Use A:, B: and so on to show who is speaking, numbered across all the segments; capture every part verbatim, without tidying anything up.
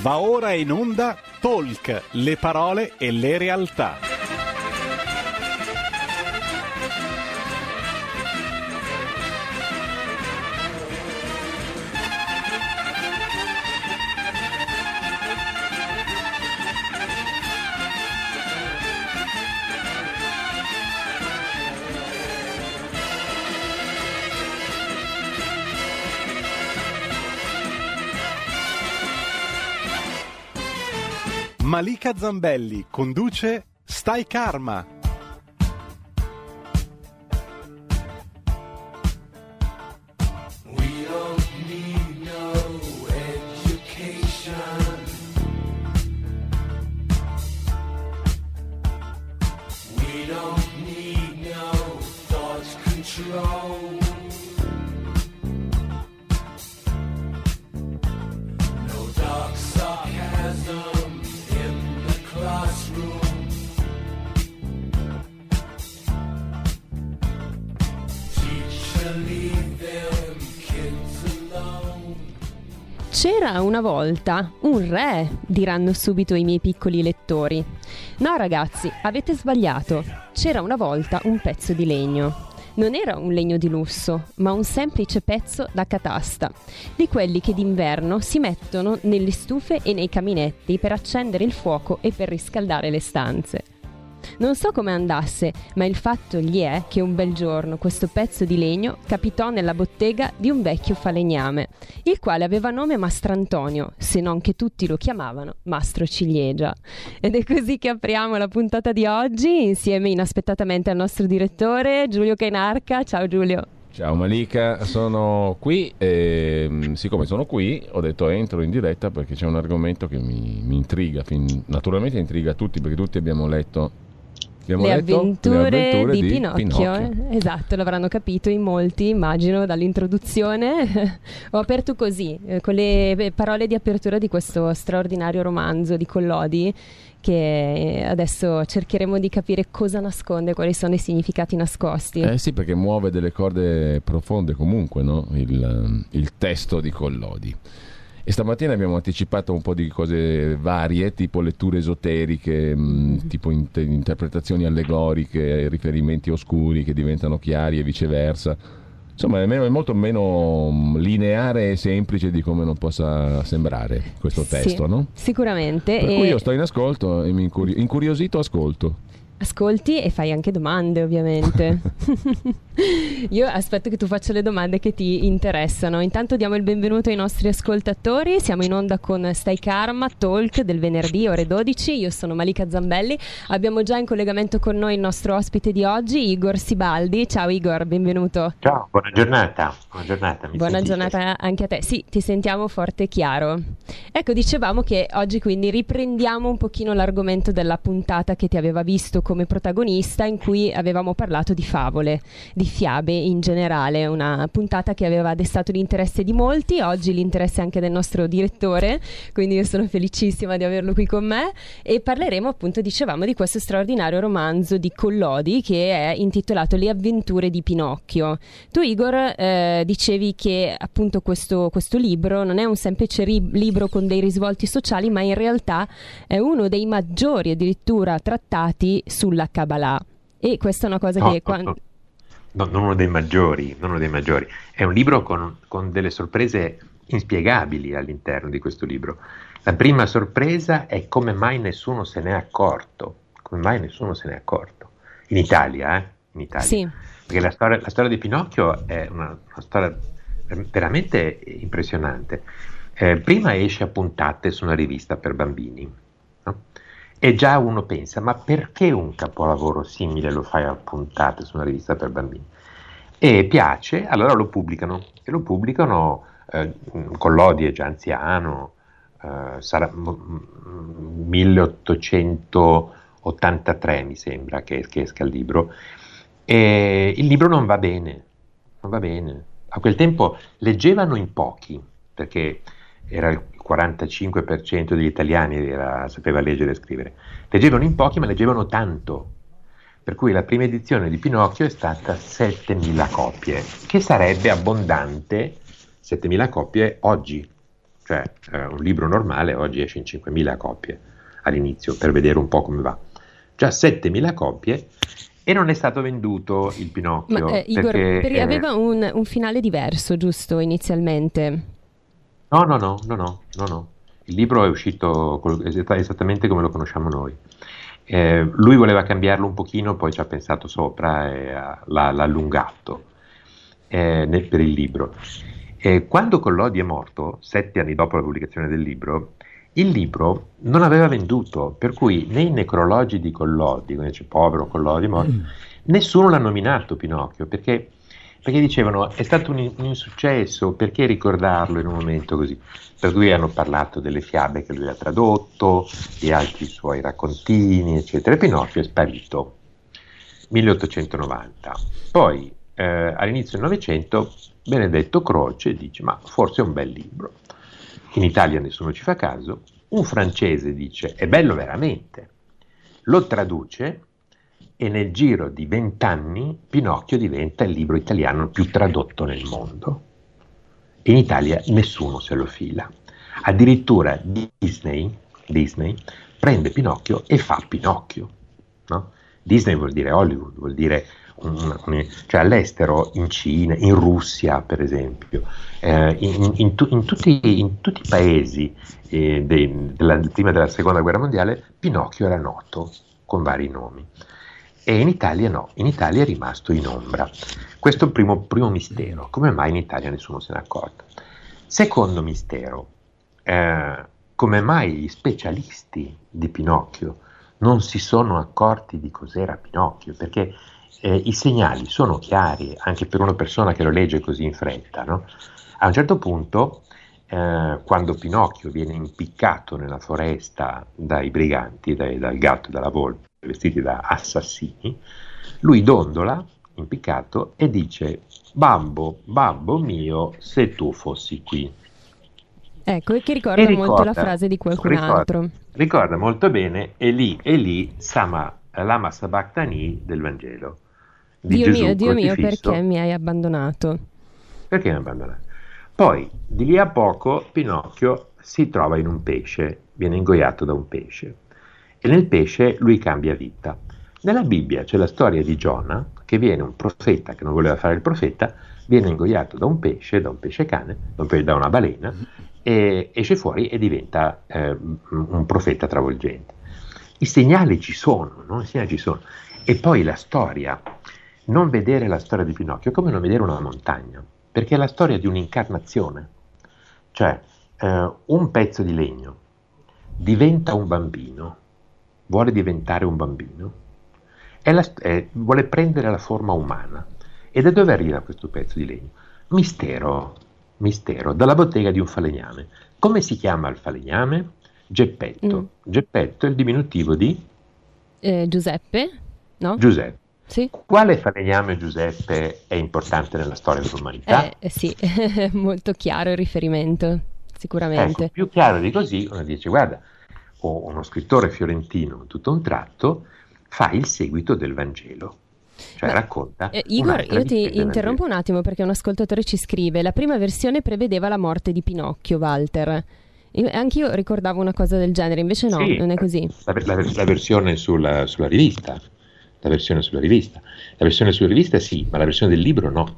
A: Va ora in onda Talk, le parole e le realtà. Malika Zambelli conduce Stai Karma.
B: We don't need no education. We don't need no thought control. No dark sarcasm.
C: C'era una volta un re, diranno subito i miei piccoli lettori. No ragazzi, avete sbagliato. C'era una volta un pezzo di legno. Non era un legno di lusso, ma un semplice pezzo da catasta, di quelli che d'inverno si mettono nelle stufe e nei caminetti per accendere il fuoco e per riscaldare le stanze. Non so come andasse, ma il fatto gli è che un bel giorno questo pezzo di legno capitò nella bottega di un vecchio falegname, il quale aveva nome Mastrantonio, se non che tutti lo chiamavano Mastro Ciliegia. Ed è così che apriamo la puntata di oggi, insieme inaspettatamente al nostro direttore Giulio Cainarca. Ciao Giulio.
D: Ciao Malika, sono qui e siccome sono qui ho detto entro in diretta perché c'è un argomento che mi, mi intriga, fin, naturalmente intriga tutti perché tutti abbiamo letto Abbiamo
C: le,
D: letto
C: avventure
D: le avventure
C: di,
D: di
C: Pinocchio,
D: Pinocchio.
C: Eh? Esatto, l'avranno capito in molti, immagino, dall'introduzione. Ho aperto così, eh, con le parole di apertura di questo straordinario romanzo di Collodi, che adesso cercheremo di capire cosa nasconde, quali sono i significati nascosti.
D: Eh sì, perché muove delle corde profonde comunque, no? il, il testo di Collodi. E stamattina abbiamo anticipato un po' di cose varie, tipo letture esoteriche, mm-hmm. tipo inter- interpretazioni allegoriche, riferimenti oscuri che diventano chiari e viceversa. Insomma, è, meno, è molto meno lineare e semplice di come non possa sembrare questo testo,
C: sì,
D: no?
C: Sicuramente.
D: Per
C: e...
D: cui io sto in ascolto e mi incuri- incuriosito ascolto.
C: Ascolti e fai anche domande, ovviamente. Io aspetto che tu faccia le domande che ti interessano. Intanto diamo il benvenuto ai nostri ascoltatori. Siamo in onda con Stai Karma Talk del venerdì ore dodici. Io sono Malika Zambelli. Abbiamo già in collegamento con noi il nostro ospite di oggi, Igor Sibaldi. Ciao Igor, benvenuto.
E: Ciao, buona giornata. Buona giornata, mi
C: buona
E: sentite?
C: Giornata anche a te. Sì, ti sentiamo forte e chiaro. Ecco, dicevamo che oggi quindi riprendiamo un pochino l'argomento della puntata che ti aveva visto come protagonista, in cui avevamo parlato di favole, di fiabe in generale, una puntata che aveva destato l'interesse di molti, oggi l'interesse anche del nostro direttore, quindi io sono felicissima di averlo qui con me e parleremo appunto, dicevamo, di questo straordinario romanzo di Collodi che è intitolato Le avventure di Pinocchio. Tu Igor eh, dicevi che appunto questo, questo libro non è un semplice ri- libro con dei risvolti sociali, ma in realtà è uno dei maggiori addirittura trattati sulla Kabbalah, e questa è una cosa
E: no,
C: che
E: no,
C: quando...
E: no, non uno dei maggiori, non uno dei maggiori, è un libro con, con delle sorprese inspiegabili all'interno di questo libro. La prima sorpresa è come mai nessuno se n'è accorto, come mai nessuno se n'è accorto, in Italia, eh? In Italia.
C: Sì.
E: Perché la storia, la storia di Pinocchio è una, una storia veramente impressionante. Eh, prima esce a puntate su una rivista per bambini, no? E già uno pensa, ma perché un capolavoro simile lo fai a puntate su una rivista per bambini? E piace, allora lo pubblicano, e lo pubblicano, eh, Collodi è già anziano, eh, sarà m- milleottocentottantatré mi sembra che, che esca il libro, e il libro non va bene, non va bene. A quel tempo leggevano in pochi, perché era il quarantacinque per cento degli italiani era, sapeva leggere e scrivere. Leggevano in pochi, ma leggevano tanto. Per cui la prima edizione di Pinocchio è stata settemila copie, che sarebbe abbondante, settemila copie oggi. cioè eh, un libro normale oggi esce in cinquemila copie all'inizio per vedere un po' come va, già settemila copie e non è stato venduto il Pinocchio.
C: Ma eh, Igor,
E: perché
C: per-
E: eh,
C: aveva un, un finale diverso, giusto, inizialmente?
E: no, no, no, no, no, no, no. Il libro è uscito col- esatta- esattamente come lo conosciamo noi. Eh, lui voleva cambiarlo un pochino, poi ci ha pensato sopra e ha- l'ha, l'ha allungato eh, nel- per il libro. E quando Collodi è morto, sette anni dopo la pubblicazione del libro, il libro non aveva venduto, per cui nei necrologi di Collodi, quando dice povero Collodi morto, nessuno l'ha nominato Pinocchio, perché, perché dicevano è stato un, un insuccesso, perché ricordarlo in un momento così? Per cui hanno parlato delle fiabe che lui ha tradotto, di altri suoi raccontini, eccetera. E Pinocchio è sparito, milleottocentonovanta. Poi eh, all'inizio del Novecento Benedetto Croce dice ma forse è un bel libro. In Italia nessuno ci fa caso, un francese dice è bello veramente, lo traduce e nel giro di vent'anni Pinocchio diventa il libro italiano più tradotto nel mondo. In Italia nessuno se lo fila. Addirittura Disney, Disney prende Pinocchio e fa Pinocchio. No? Disney vuol dire Hollywood, vuol dire un, un, cioè all'estero, in Cina, in Russia per esempio, eh, in, in, tu, in, tutti, in tutti i paesi eh, dei, della, prima della seconda guerra mondiale Pinocchio era noto con vari nomi. E in Italia no, in Italia è rimasto in ombra. Questo è il primo, primo mistero, come mai in Italia nessuno se n'è accorto. Secondo mistero, eh, come mai gli specialisti di Pinocchio non si sono accorti di cos'era Pinocchio? Perché eh, i segnali sono chiari, anche per una persona che lo legge così in fretta, no? A un certo punto, eh, quando Pinocchio viene impiccato nella foresta dai briganti, dai, dal gatto e dalla volpe, vestiti da assassini, lui dondola, impiccato, e dice babbo, babbo mio, se tu fossi qui.
C: Ecco, e che ricorda,
E: E ricorda,
C: molto la frase di qualcun
E: ricorda,
C: altro.
E: ricorda molto bene, e lì, e lì, Sama, Lama Sabachthani del Vangelo, di
C: Dio
E: Gesù
C: mio, Dio mio,
E: crocifisso.
C: perché mi hai abbandonato?
E: Perché mi ha abbandonato? Poi, di lì a poco, Pinocchio si trova in un pesce, viene ingoiato da un pesce. E nel pesce lui cambia vita. Nella Bibbia c'è la storia di Giona, che viene un profeta che non voleva fare il profeta, viene ingoiato da un pesce, da un pesce cane, da una balena, e esce fuori e diventa eh, un profeta travolgente. I segnali ci sono, no? I segnali ci sono. E poi la storia, non vedere la storia di Pinocchio è come non vedere una montagna, perché è la storia di un'incarnazione, cioè eh, un pezzo di legno diventa un bambino, vuole diventare un bambino, è la, è, vuole prendere la forma umana. E da dove arriva questo pezzo di legno? Mistero, mistero, dalla bottega di un falegname. Come si chiama il falegname? Geppetto.
C: Mm.
E: Geppetto è il diminutivo di
C: Eh, Giuseppe? No?
E: Giuseppe.
C: Sì?
E: Quale falegname Giuseppe è importante nella storia dell'umanità?
C: Eh, eh, sì, molto chiaro il riferimento, sicuramente.
E: Ecco, più chiaro di così, uno dice, guarda, o uno scrittore fiorentino, tutto un tratto, fa il seguito del Vangelo. Cioè
C: Ma,
E: racconta
C: eh, Igor,
E: un'altra
C: io
E: vicenda
C: ti
E: del
C: interrompo un attimo perché un ascoltatore ci scrive: la prima versione prevedeva la morte di Pinocchio, Walter. Io- Anch'io ricordavo una cosa del genere, invece no,
E: Sì,
C: non è così.
E: La, la- la versione sulla, sulla rivista, la versione sulla rivista, la versione sulla rivista sì, ma la versione del libro no.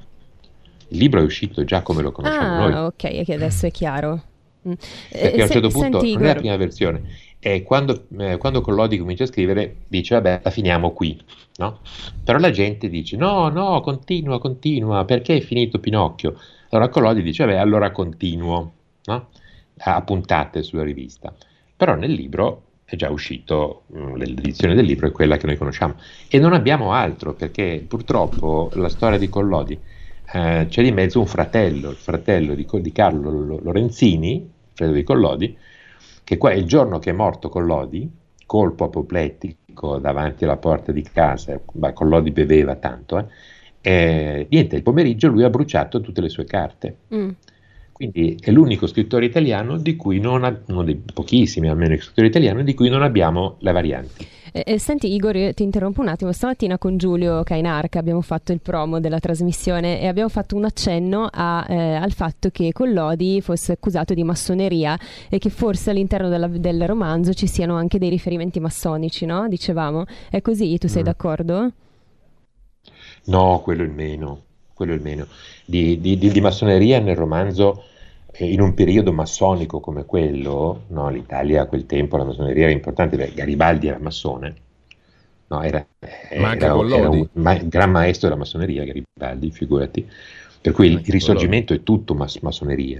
E: Il libro è uscito già come lo conosciamo
C: Ah,
E: noi,
C: ok, che adesso è chiaro. Mm.
E: perché
C: Eh,
E: a un
C: se-
E: certo punto
C: senti,
E: non è la
C: Igor,
E: prima versione, è quando, eh, quando Collodi comincia a scrivere, dice vabbè, la finiamo qui, no? Però la gente dice no, no, continua, continua, perché è finito Pinocchio? Allora Collodi dice vabbè, allora continuo, no? A puntate sulla rivista. Però nel libro è già uscito, mh, l'edizione del libro è quella che noi conosciamo e non abbiamo altro, perché purtroppo la storia di Collodi, eh, c'è di mezzo un fratello, il fratello di, di Carlo Lo- Lorenzini, fratello di Collodi, che qua il giorno che è morto Collodi, colpo apoplettico davanti alla porta di casa, ma Collodi beveva tanto, eh, eh, niente, il pomeriggio lui ha bruciato tutte le sue carte.
C: mm,
E: Quindi è l'unico scrittore italiano di cui non ha, uno dei pochissimi almeno scrittori italiani di cui non abbiamo le varianti.
C: Eh, eh, senti Igor, io ti interrompo un attimo. Stamattina con Giulio Cainarca abbiamo fatto il promo della trasmissione e abbiamo fatto un accenno a, eh, al fatto che Collodi fosse accusato di massoneria e che forse all'interno della- del romanzo ci siano anche dei riferimenti massonici, no? Dicevamo. È così? Tu sei
E: Mm.
C: d'accordo?
E: No, quello è il meno, quello è il meno. Di, di- di- di massoneria nel romanzo, eh, in un periodo massonico come quello, no, l'Italia a quel tempo la massoneria era importante, beh, Garibaldi era massone, no, era,
D: Ma anche
E: era-
D: Collodi.
E: era un ma- gran maestro della massoneria Garibaldi, figurati. Per cui il,
D: Anche
E: il risorgimento è tutto mas- massoneria.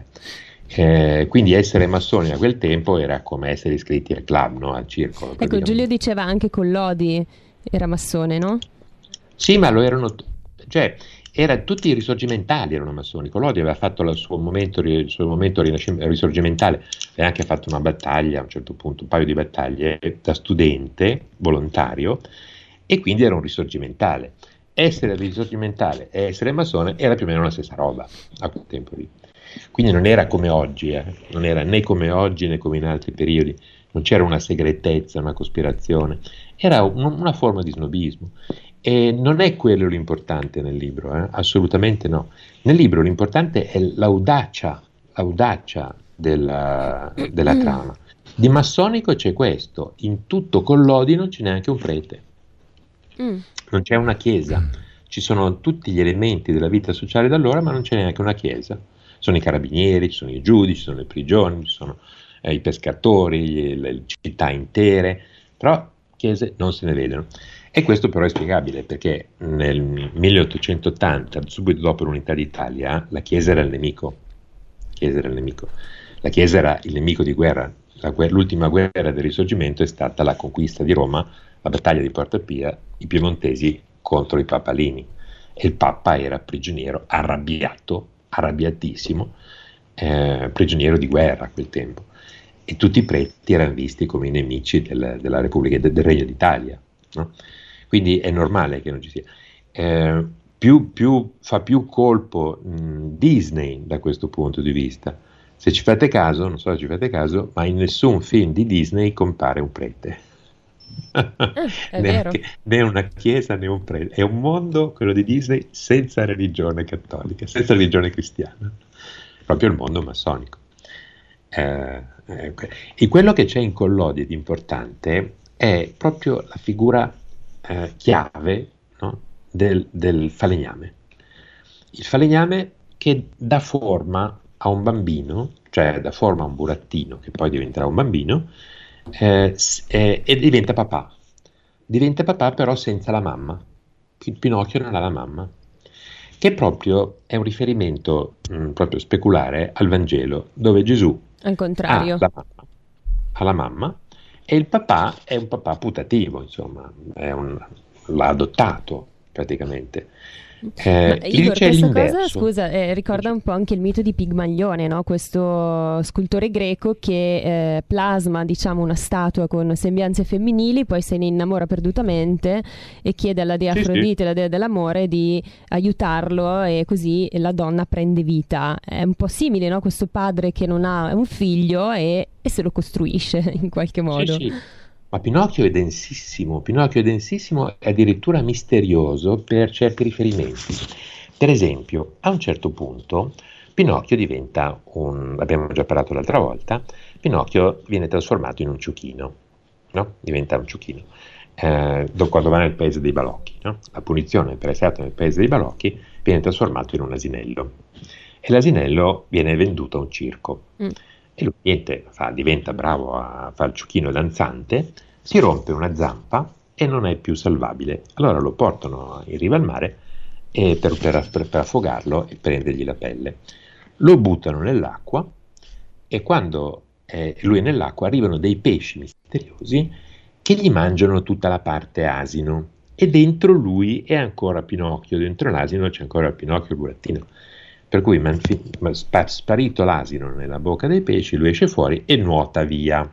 E: Eh, quindi essere massoni a quel tempo era come essere iscritti al club, no, al circolo.
C: Ecco,
E: praticamente.
C: Giulio diceva anche Collodi era massone, no?
E: Sì, ma lo erano, t- cioè, era, tutti i risorgimentali erano massoni. Collodi aveva fatto il suo momento, ri- il suo momento rinascim- risorgimentale e ha anche fatto una battaglia, a un certo punto, un paio di battaglie da studente volontario, e quindi era un risorgimentale. Essere risorgimentale e essere massone era più o meno la stessa roba a quel tempo lì. Quindi non era come oggi, eh, non era né come oggi né come in altri periodi, non c'era una segretezza, una cospirazione, era un- una forma di snobismo. E non è quello l'importante nel libro, eh? Assolutamente no. Nel libro l'importante è l'audacia, l'audacia della, della trama. Di massonico c'è questo, in tutto Collodi non c'è neanche un prete,
C: Mm.
E: non c'è una chiesa, ci sono tutti gli elementi della vita sociale da allora, ma non c'è neanche una chiesa. Sono i carabinieri, ci sono i giudici, ci sono le prigioni, ci sono eh, i pescatori, gli- le città intere, però chiese non se ne vedono. E questo però è spiegabile perché nel milleottocentottanta, subito dopo l'unità d'Italia, la Chiesa era il nemico. Chiesa era il nemico. La Chiesa era il nemico di guerra. La guer- l'ultima guerra del Risorgimento è stata la conquista di Roma, la battaglia di Porta Pia, i piemontesi contro i papalini. E il Papa era prigioniero, arrabbiato, arrabbiatissimo, eh, prigioniero di guerra a quel tempo. E tutti i preti erano visti come i nemici del- della Repubblica, del, del Regno d'Italia, no? Quindi è normale che non ci sia. Eh, più, più- fa più colpo mh, Disney da questo punto di vista. Se ci fate caso, non so se ci fate caso, ma in nessun film di Disney compare un prete.
C: è
E: Neanche-
C: vero.
E: né una chiesa né un prete. È un mondo, quello di Disney, senza religione cattolica, senza religione cristiana. Proprio il mondo massonico. Eh, eh, e quello che c'è in Collodi di importante è proprio la figura eh, chiave, no, del, del falegname. Il falegname che dà forma a un bambino, cioè dà forma a un burattino che poi diventerà un bambino, eh, s- eh, e diventa papà. Diventa papà però senza la mamma. Il Pinocchio non ha la mamma, che proprio è un riferimento mh, proprio speculare al Vangelo, dove Gesù
C: Al
E: ha
C: contrario.
E: la mamma, ha la mamma e il papà è un papà putativo, insomma, è un, l'ha adottato praticamente. Eh,
C: Ma
E: lì
C: Igor,
E: c'è
C: questa cosa,
E: l'inverso.
C: scusa, eh, ricorda un po' anche il mito di Pigmalione, no? Questo scultore greco che eh, plasma, diciamo, una statua con sembianze femminili, poi se ne innamora perdutamente e chiede alla dea
E: Sì, sì.
C: Afrodite, la dea dell'amore, di aiutarlo e così la donna prende vita. È un po' simile, no? Questo padre che non ha un figlio e, e se lo costruisce in qualche
E: Sì,
C: modo.
E: sì. Ma Pinocchio è densissimo, Pinocchio è densissimo e addirittura misterioso per certi riferimenti. Per esempio, a un certo punto Pinocchio diventa un, l'abbiamo già parlato l'altra volta, Pinocchio viene trasformato in un ciuchino, no? Diventa un ciuchino. Eh, do- quando va nel paese dei balocchi, no? La punizione per essere stato nel paese dei balocchi viene trasformato in un asinello e l'asinello viene venduto a un circo.
C: Mm.
E: E lui niente, fa, diventa bravo a fare il ciuchino danzante, si rompe una zampa e non è più salvabile. Allora lo portano in riva al mare e per, per- per- per affogarlo e prendergli la pelle. Lo buttano nell'acqua e quando eh, lui è nell'acqua arrivano dei pesci misteriosi che gli mangiano tutta la parte asino e dentro lui è ancora Pinocchio, dentro l'asino c'è ancora il Pinocchio il burattino. Per cui man- fi- ma- spa- sparito l'asino nella bocca dei pesci, lui esce fuori e nuota via.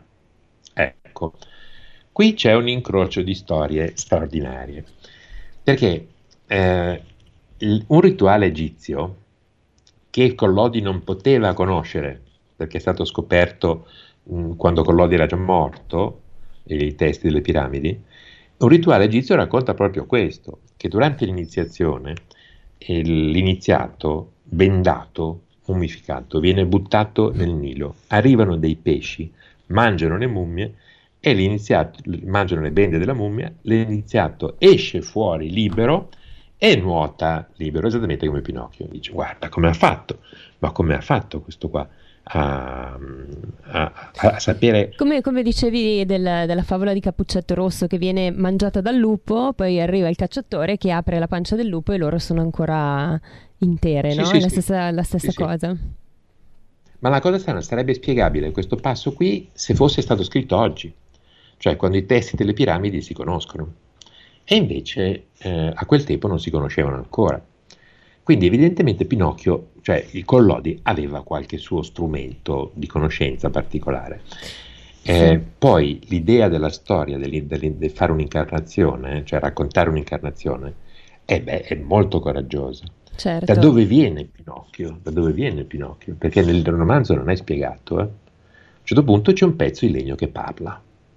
E: Ecco, qui c'è un incrocio di storie straordinarie, perché eh, il- un rituale egizio che Collodi non poteva conoscere, perché è stato scoperto mh, quando Collodi era già morto, i testi delle piramidi. Un rituale egizio racconta proprio questo, che durante l'iniziazione il- l'iniziato, bendato, mummificato, viene buttato nel Nilo, arrivano dei pesci, mangiano le mummie e l'iniziato mangiano le bende della mummia, l'iniziato esce fuori libero e nuota libero, esattamente come Pinocchio. Dice: guarda come ha fatto, ma come ha fatto questo qua a, a- a sapere.
C: Come, come dicevi del- della favola di Cappuccetto Rosso che viene mangiata dal lupo, poi arriva il cacciatore che apre la pancia del lupo e loro sono ancora intere,
E: Sì,
C: no?
E: sì,
C: È la
E: sì.
C: stessa, la stessa
E: Sì, sì.
C: cosa.
E: Ma la cosa strana, sarebbe spiegabile questo passo qui se fosse stato scritto oggi, cioè quando i testi delle piramidi si conoscono. E invece eh, a quel tempo non si conoscevano ancora. Quindi evidentemente Pinocchio, cioè il Collodi, aveva qualche suo strumento di conoscenza particolare. Eh,
C: Sì.
E: Poi l'idea della storia, dell'i- dell'i- di fare un'incarnazione, cioè raccontare un'incarnazione, eh beh, è molto coraggiosa. Da
C: Certo.
E: dove viene Pinocchio? Da dove viene Pinocchio? Perché nel romanzo non è spiegato. eh. A un certo punto c'è un pezzo di legno che parla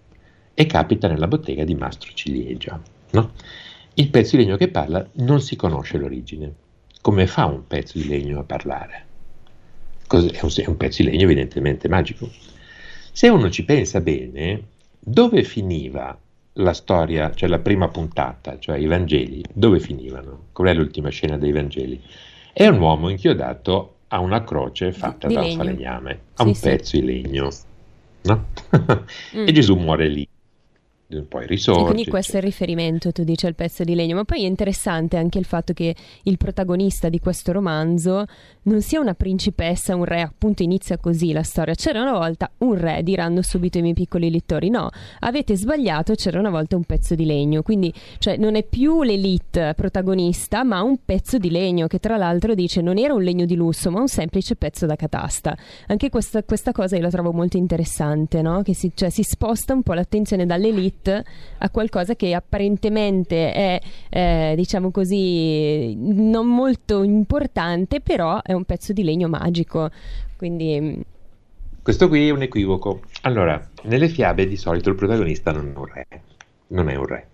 E: e capita nella bottega di Mastro Ciliegia, no? Il pezzo di legno che parla non si conosce l'origine. Come fa un pezzo di legno a parlare? Cos- È un, è un pezzo di legno evidentemente magico. Se uno ci pensa bene, dove finiva la storia, cioè la prima puntata, cioè i Vangeli, dove finivano? Qual è l'ultima scena dei Vangeli? È un uomo inchiodato a una croce fatta
C: Di
E: da un
C: legno.
E: falegname, a
C: Sì,
E: un
C: sì.
E: pezzo di legno, no?
C: Mm.
E: E Gesù muore lì, poi
C: E
E: risorge.
C: quindi questo è il
E: eccetera.
C: riferimento, tu dici, al pezzo di legno. Ma poi è interessante anche il fatto che il protagonista di questo romanzo non sia una principessa, un re, appunto inizia così la storia. C'era una volta un re, diranno subito i miei piccoli lettori. No, avete sbagliato, c'era una volta un pezzo di legno. Quindi, cioè, non è più l'elite protagonista, ma un pezzo di legno, che tra l'altro dice non era un legno di lusso, ma un semplice pezzo da catasta. Anche questa, questa cosa io la trovo molto interessante, no? Che si, cioè, si sposta un po' l'attenzione dall'elite a qualcosa che apparentemente è, eh, diciamo così, non molto importante, però è un pezzo di legno magico. Quindi,
E: Questo qui è un equivoco. Allora, nelle fiabe di solito il protagonista non è un re, non è un re.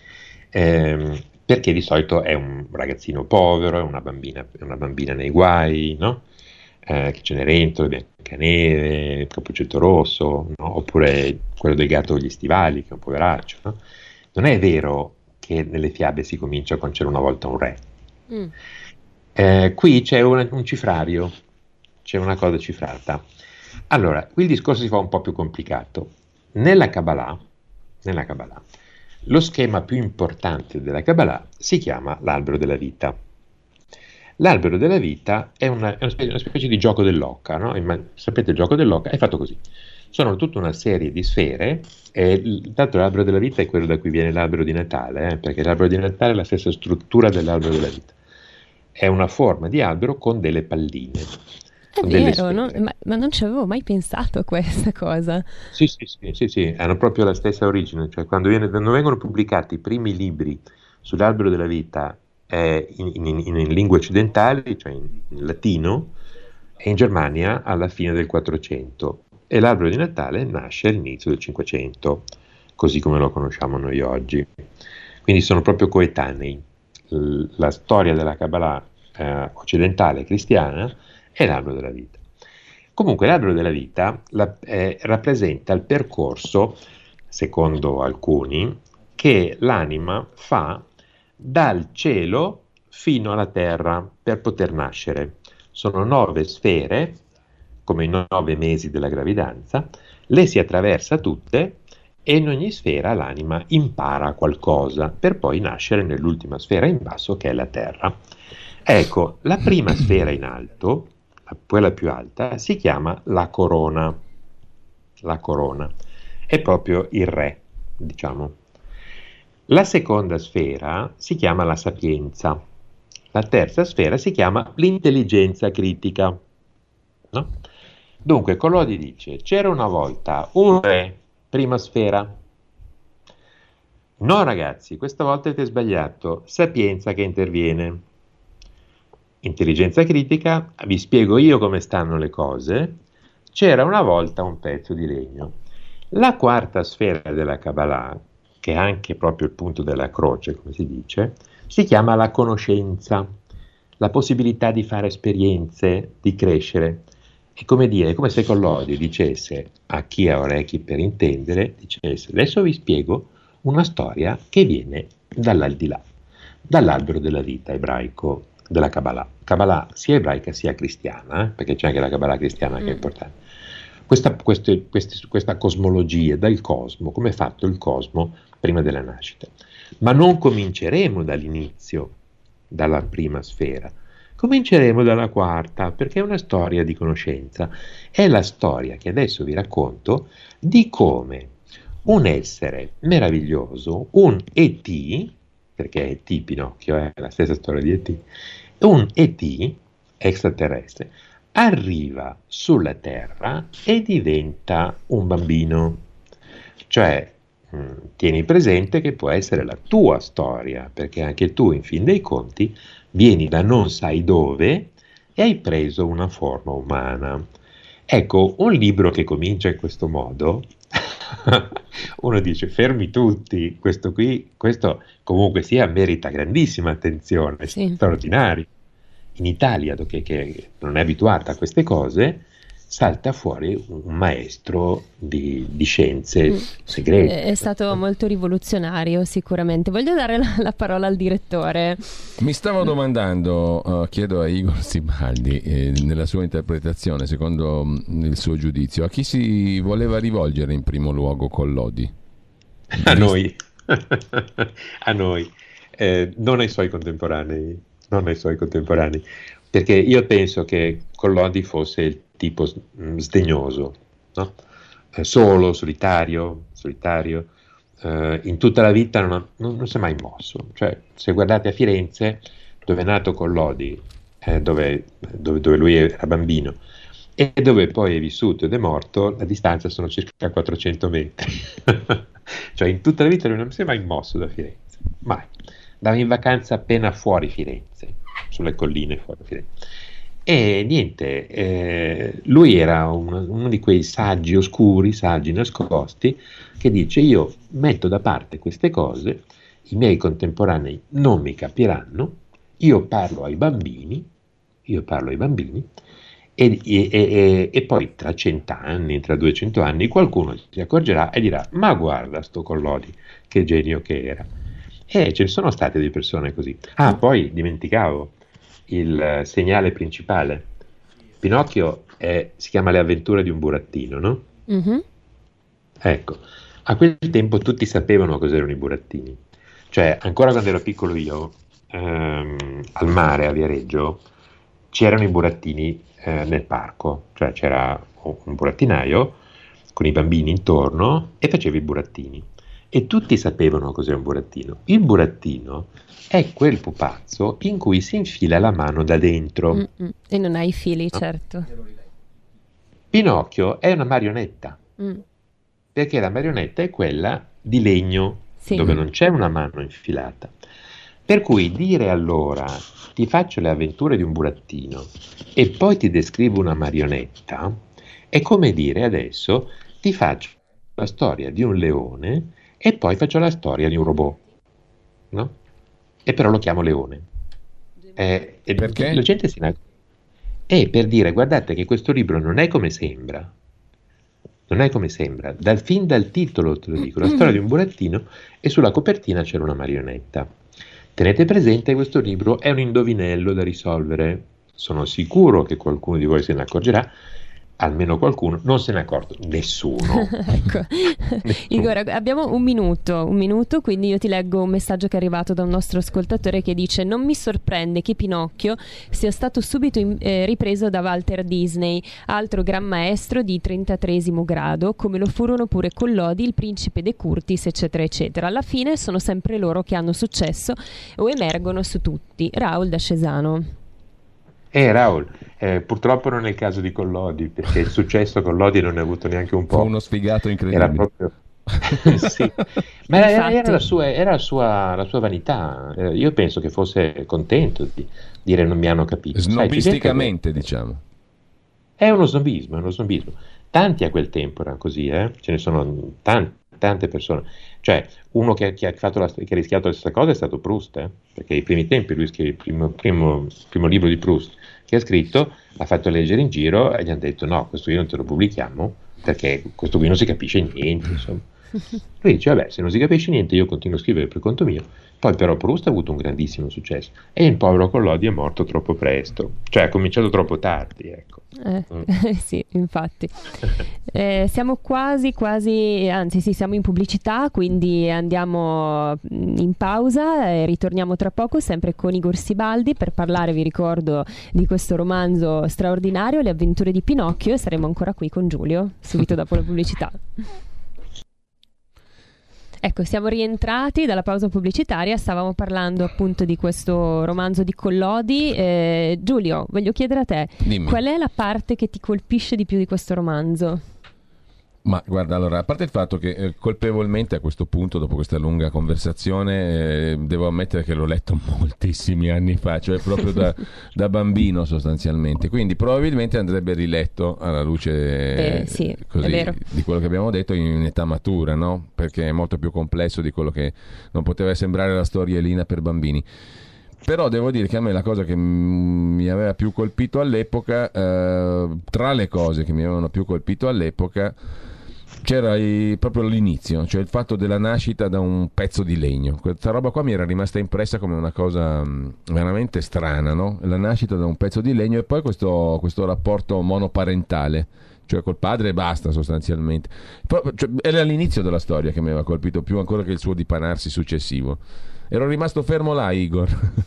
E: Ehm, perché di solito è un ragazzino povero, è una bambina, è una bambina nei guai, no? Eh, che Cenerentola, Biancaneve, Cappuccetto Rosso, no? Oppure quello del gatto con gli stivali, che è un poveraccio, no? Non è vero che nelle fiabe si comincia con c'era una volta un re.
C: mm,
E: Eh, qui c'è una- un cifrario, c'è una cosa cifrata. Allora, qui il discorso si fa un po' più complicato. Nella Kabbalah, nella Kabbalah, lo schema più importante della Kabbalah si chiama l'albero della vita. L'albero della vita è una, è una specie, una specie di gioco dell'oca, no? Imma- sapete il gioco dell'oca? È fatto così. Sono tutta una serie di sfere, e l- tanto l'albero della vita è quello da cui viene l'albero di Natale, eh, perché l'albero di Natale è la stessa struttura dell'albero della vita. È una forma di albero con delle palline,
C: è
E: con delle
C: vero, no?
E: sfere.
C: Ma, ma non ci avevo mai pensato a questa cosa.
E: Sì, sì, sì, sì, sì, hanno proprio la stessa origine, cioè quando, viene- quando vengono pubblicati i primi libri sull'albero della vita eh, in, in- in- in lingue occidentali, cioè in, in latino, è in Germania alla fine del quattrocento e l'albero di Natale nasce all'inizio del cinquecento, così come lo conosciamo noi oggi. Quindi sono proprio coetanei. L- La storia della Kabbalah eh, occidentale cristiana è l'albero della vita. Comunque l'albero della vita la- eh, rappresenta il percorso, secondo alcuni, che l'anima fa dal cielo fino alla terra per poter nascere. Sono nove sfere, come i nove mesi della gravidanza, le si attraversa tutte e in ogni sfera l'anima impara qualcosa per poi nascere nell'ultima sfera in basso che è la terra. Ecco, la prima sfera in alto, la- quella più alta, si chiama la corona. La corona è proprio il re, diciamo. La seconda sfera si chiama la sapienza. La terza sfera si chiama l'intelligenza critica, no? Dunque, Collodi dice: c'era una volta un re, prima sfera. No, ragazzi, questa volta avete sbagliato. Sapienza che interviene. intelligenza critica, vi spiego io come stanno le cose. C'era una volta un pezzo di legno. La quarta sfera della Kabbalah, che è anche proprio il punto della croce, come si dice, si chiama la conoscenza, la possibilità di fare esperienze, di crescere. È come dire, è come se Collodi dicesse a chi ha orecchi per intendere, dicesse: adesso vi spiego una storia che viene dall'aldilà, dall'albero della vita ebraico della Kabbalah. Kabbalah sia ebraica sia cristiana, eh? Perché c'è anche la Kabbalah cristiana che è importante. Questa, queste, queste, questa cosmologia dal cosmo, come è fatto il cosmo prima della nascita. Ma non cominceremo dall'inizio, dalla prima sfera. Cominceremo dalla quarta, perché è una storia di conoscenza. È la storia che adesso vi racconto di come un essere meraviglioso, un E T, perché E T Pinocchio è la stessa storia di E T, un E T extraterrestre arriva sulla Terra e diventa un bambino. Cioè, mh, tieni presente che può essere la tua storia, perché anche tu, in fin dei conti, vieni da non sai dove e hai preso una forma umana. Ecco, un libro che comincia in questo modo, uno dice: fermi tutti, questo qui, questo comunque sia merita grandissima attenzione,
C: Sì.
E: straordinario. In Italia, che, che non è abituata a queste cose, salta fuori un maestro di, di scienze segrete.
C: È stato molto rivoluzionario, sicuramente. Voglio dare la, la parola al direttore.
D: Mi stavo domandando, uh, chiedo a Igor Sibaldi, eh, nella sua interpretazione, secondo mh, il suo giudizio, a chi si voleva rivolgere in primo luogo Collodi?
E: A noi, a noi, eh, non ai suoi contemporanei, non ai suoi contemporanei, perché io penso che Collodi fosse il tipo mh, sdegnoso, no? Eh, solo, solitario, solitario, eh, in tutta la vita non, ha- non- non si è mai mosso. Cioè, se guardate a Firenze, dove è nato Collodi, eh, dove, dove- dove lui era bambino, e dove poi è vissuto ed è morto, la distanza sono circa quattrocento metri. Cioè, in tutta la vita lui non si è mai mosso da Firenze, mai. Andava in vacanza appena fuori Firenze, sulle colline fuori Firenze. E niente, eh, lui era un- uno di quei saggi oscuri, saggi nascosti, che dice: io metto da parte queste cose, i miei contemporanei non mi capiranno, io parlo ai bambini, io parlo ai bambini, e, e- e- e poi tra cent'anni, tra duecento anni, qualcuno si accorgerà e dirà: ma guarda sto Collodi, che genio che era. E ce ne sono state di persone così. Ah, poi dimenticavo il eh, segnale principale. Pinocchio è- si chiama Le avventure di un burattino, no?
C: Mhm.
E: Ecco, a quel tempo tutti sapevano cos'erano i burattini. Cioè, ancora quando ero piccolo io, ehm, al mare a Viareggio, c'erano i burattini eh, nel parco. Cioè c'era un burattinaio con i bambini intorno e faceva i burattini. E tutti sapevano cos'è un burattino. Il burattino è quel pupazzo in cui si infila la mano da dentro.
C: Mm-mm. E non hai i fili,
E: No.
C: certo.
E: Pinocchio è una marionetta,
C: Mm.
E: perché la marionetta è quella di legno,
C: Sì.
E: dove non c'è una mano infilata. Per cui dire allora: ti faccio le avventure di un burattino e poi ti descrivo una marionetta, è come dire adesso: ti faccio la storia di un leone e poi faccio la storia di un robot, no? E però lo chiamo leone. Eh, e
D: Perché?
E: La gente si ne è per dire: guardate che questo libro non è come sembra. Non è come sembra. Dal fin dal titolo te lo dico, la storia di un burattino, e sulla copertina c'era una marionetta. Tenete presente che questo libro è un indovinello da risolvere. Sono sicuro che qualcuno di voi se ne accorgerà, almeno qualcuno. Non se ne è accorto nessuno.
C: Ecco. Igor, abbiamo un minuto, un minuto, quindi io ti leggo un messaggio che è arrivato da un nostro ascoltatore che dice: non mi sorprende che Pinocchio sia stato subito in- eh, ripreso da Walter Disney, altro gran maestro di trentatreesimo grado, come lo furono pure Collodi, il principe De Curtis, eccetera eccetera. Alla fine sono sempre loro che hanno successo o emergono su tutti. Raul da Cesano.
E: Eh, Raul, eh, purtroppo non è il caso di Collodi, perché il successo Collodi non ne ha avuto neanche un
D: Fu
E: po'.
D: uno sfigato
E: Era
D: incredibile.
E: proprio, Sì, ma era, era
C: Infatti.
E: la sua, era la sua, la sua vanità. Eh, io penso che fosse contento di dire non mi hanno capito. Sai, c'è gente che
D: Snobisticamente, diciamo.
E: è uno snobismo, è uno snobismo. Tanti a quel tempo erano così, eh? Ce ne sono tan- tante persone. Cioè, uno che, che ha fatto la, che ha rischiato la stessa cosa è stato Proust, eh? Perché ai primi tempi lui scrive il primo, primo, primo libro di Proust che ha scritto, l'ha fatto leggere in giro e gli hanno detto no, questo qui non te lo pubblichiamo perché questo qui non si capisce niente, insomma. Lui dice, vabbè, se non si capisce niente io continuo a scrivere per conto mio. Poi però Proust ha avuto un grandissimo successo e il povero Collodi è morto troppo presto, cioè ha cominciato troppo tardi, ecco.
C: Eh,
E: Mm.
C: sì, infatti. Eh, siamo quasi, quasi, anzi sì, siamo in pubblicità, quindi andiamo mm, in pausa e ritorniamo tra poco sempre con Igor Sibaldi per parlare, vi ricordo, di questo romanzo straordinario, Le avventure di Pinocchio, e saremo ancora qui con Giulio, subito dopo la pubblicità. Ecco, siamo rientrati dalla pausa pubblicitaria, stavamo parlando appunto di questo romanzo di Collodi. Eh, Giulio, voglio chiedere a te,
D: Dimmi.
C: qual è la parte che ti colpisce di più di questo romanzo?
D: Ma guarda, allora, a parte il fatto che eh, colpevolmente a questo punto, dopo questa lunga conversazione, eh, devo ammettere che l'ho letto moltissimi anni fa, cioè proprio da, da bambino sostanzialmente, quindi probabilmente andrebbe riletto alla luce
C: Eh, sì,
D: eh, così,
C: è vero.
D: di quello che abbiamo detto in età matura, no? Perché è molto più complesso di quello che non poteva sembrare la storiellina per bambini. Però devo dire che a me la cosa che mm, mi aveva più colpito all'epoca, eh, tra le cose che mi avevano più colpito all'epoca, c'era i- proprio l'inizio, cioè il fatto della nascita da un pezzo di legno. Questa roba qua mi era rimasta impressa come una cosa mh, veramente strana, no? La nascita da un pezzo di legno e poi questo, questo rapporto monoparentale, cioè col padre e basta sostanzialmente. Poi, cioè, era l'inizio della storia che mi aveva colpito più ancora che il suo dipanarsi successivo. Ero rimasto fermo là, Igor.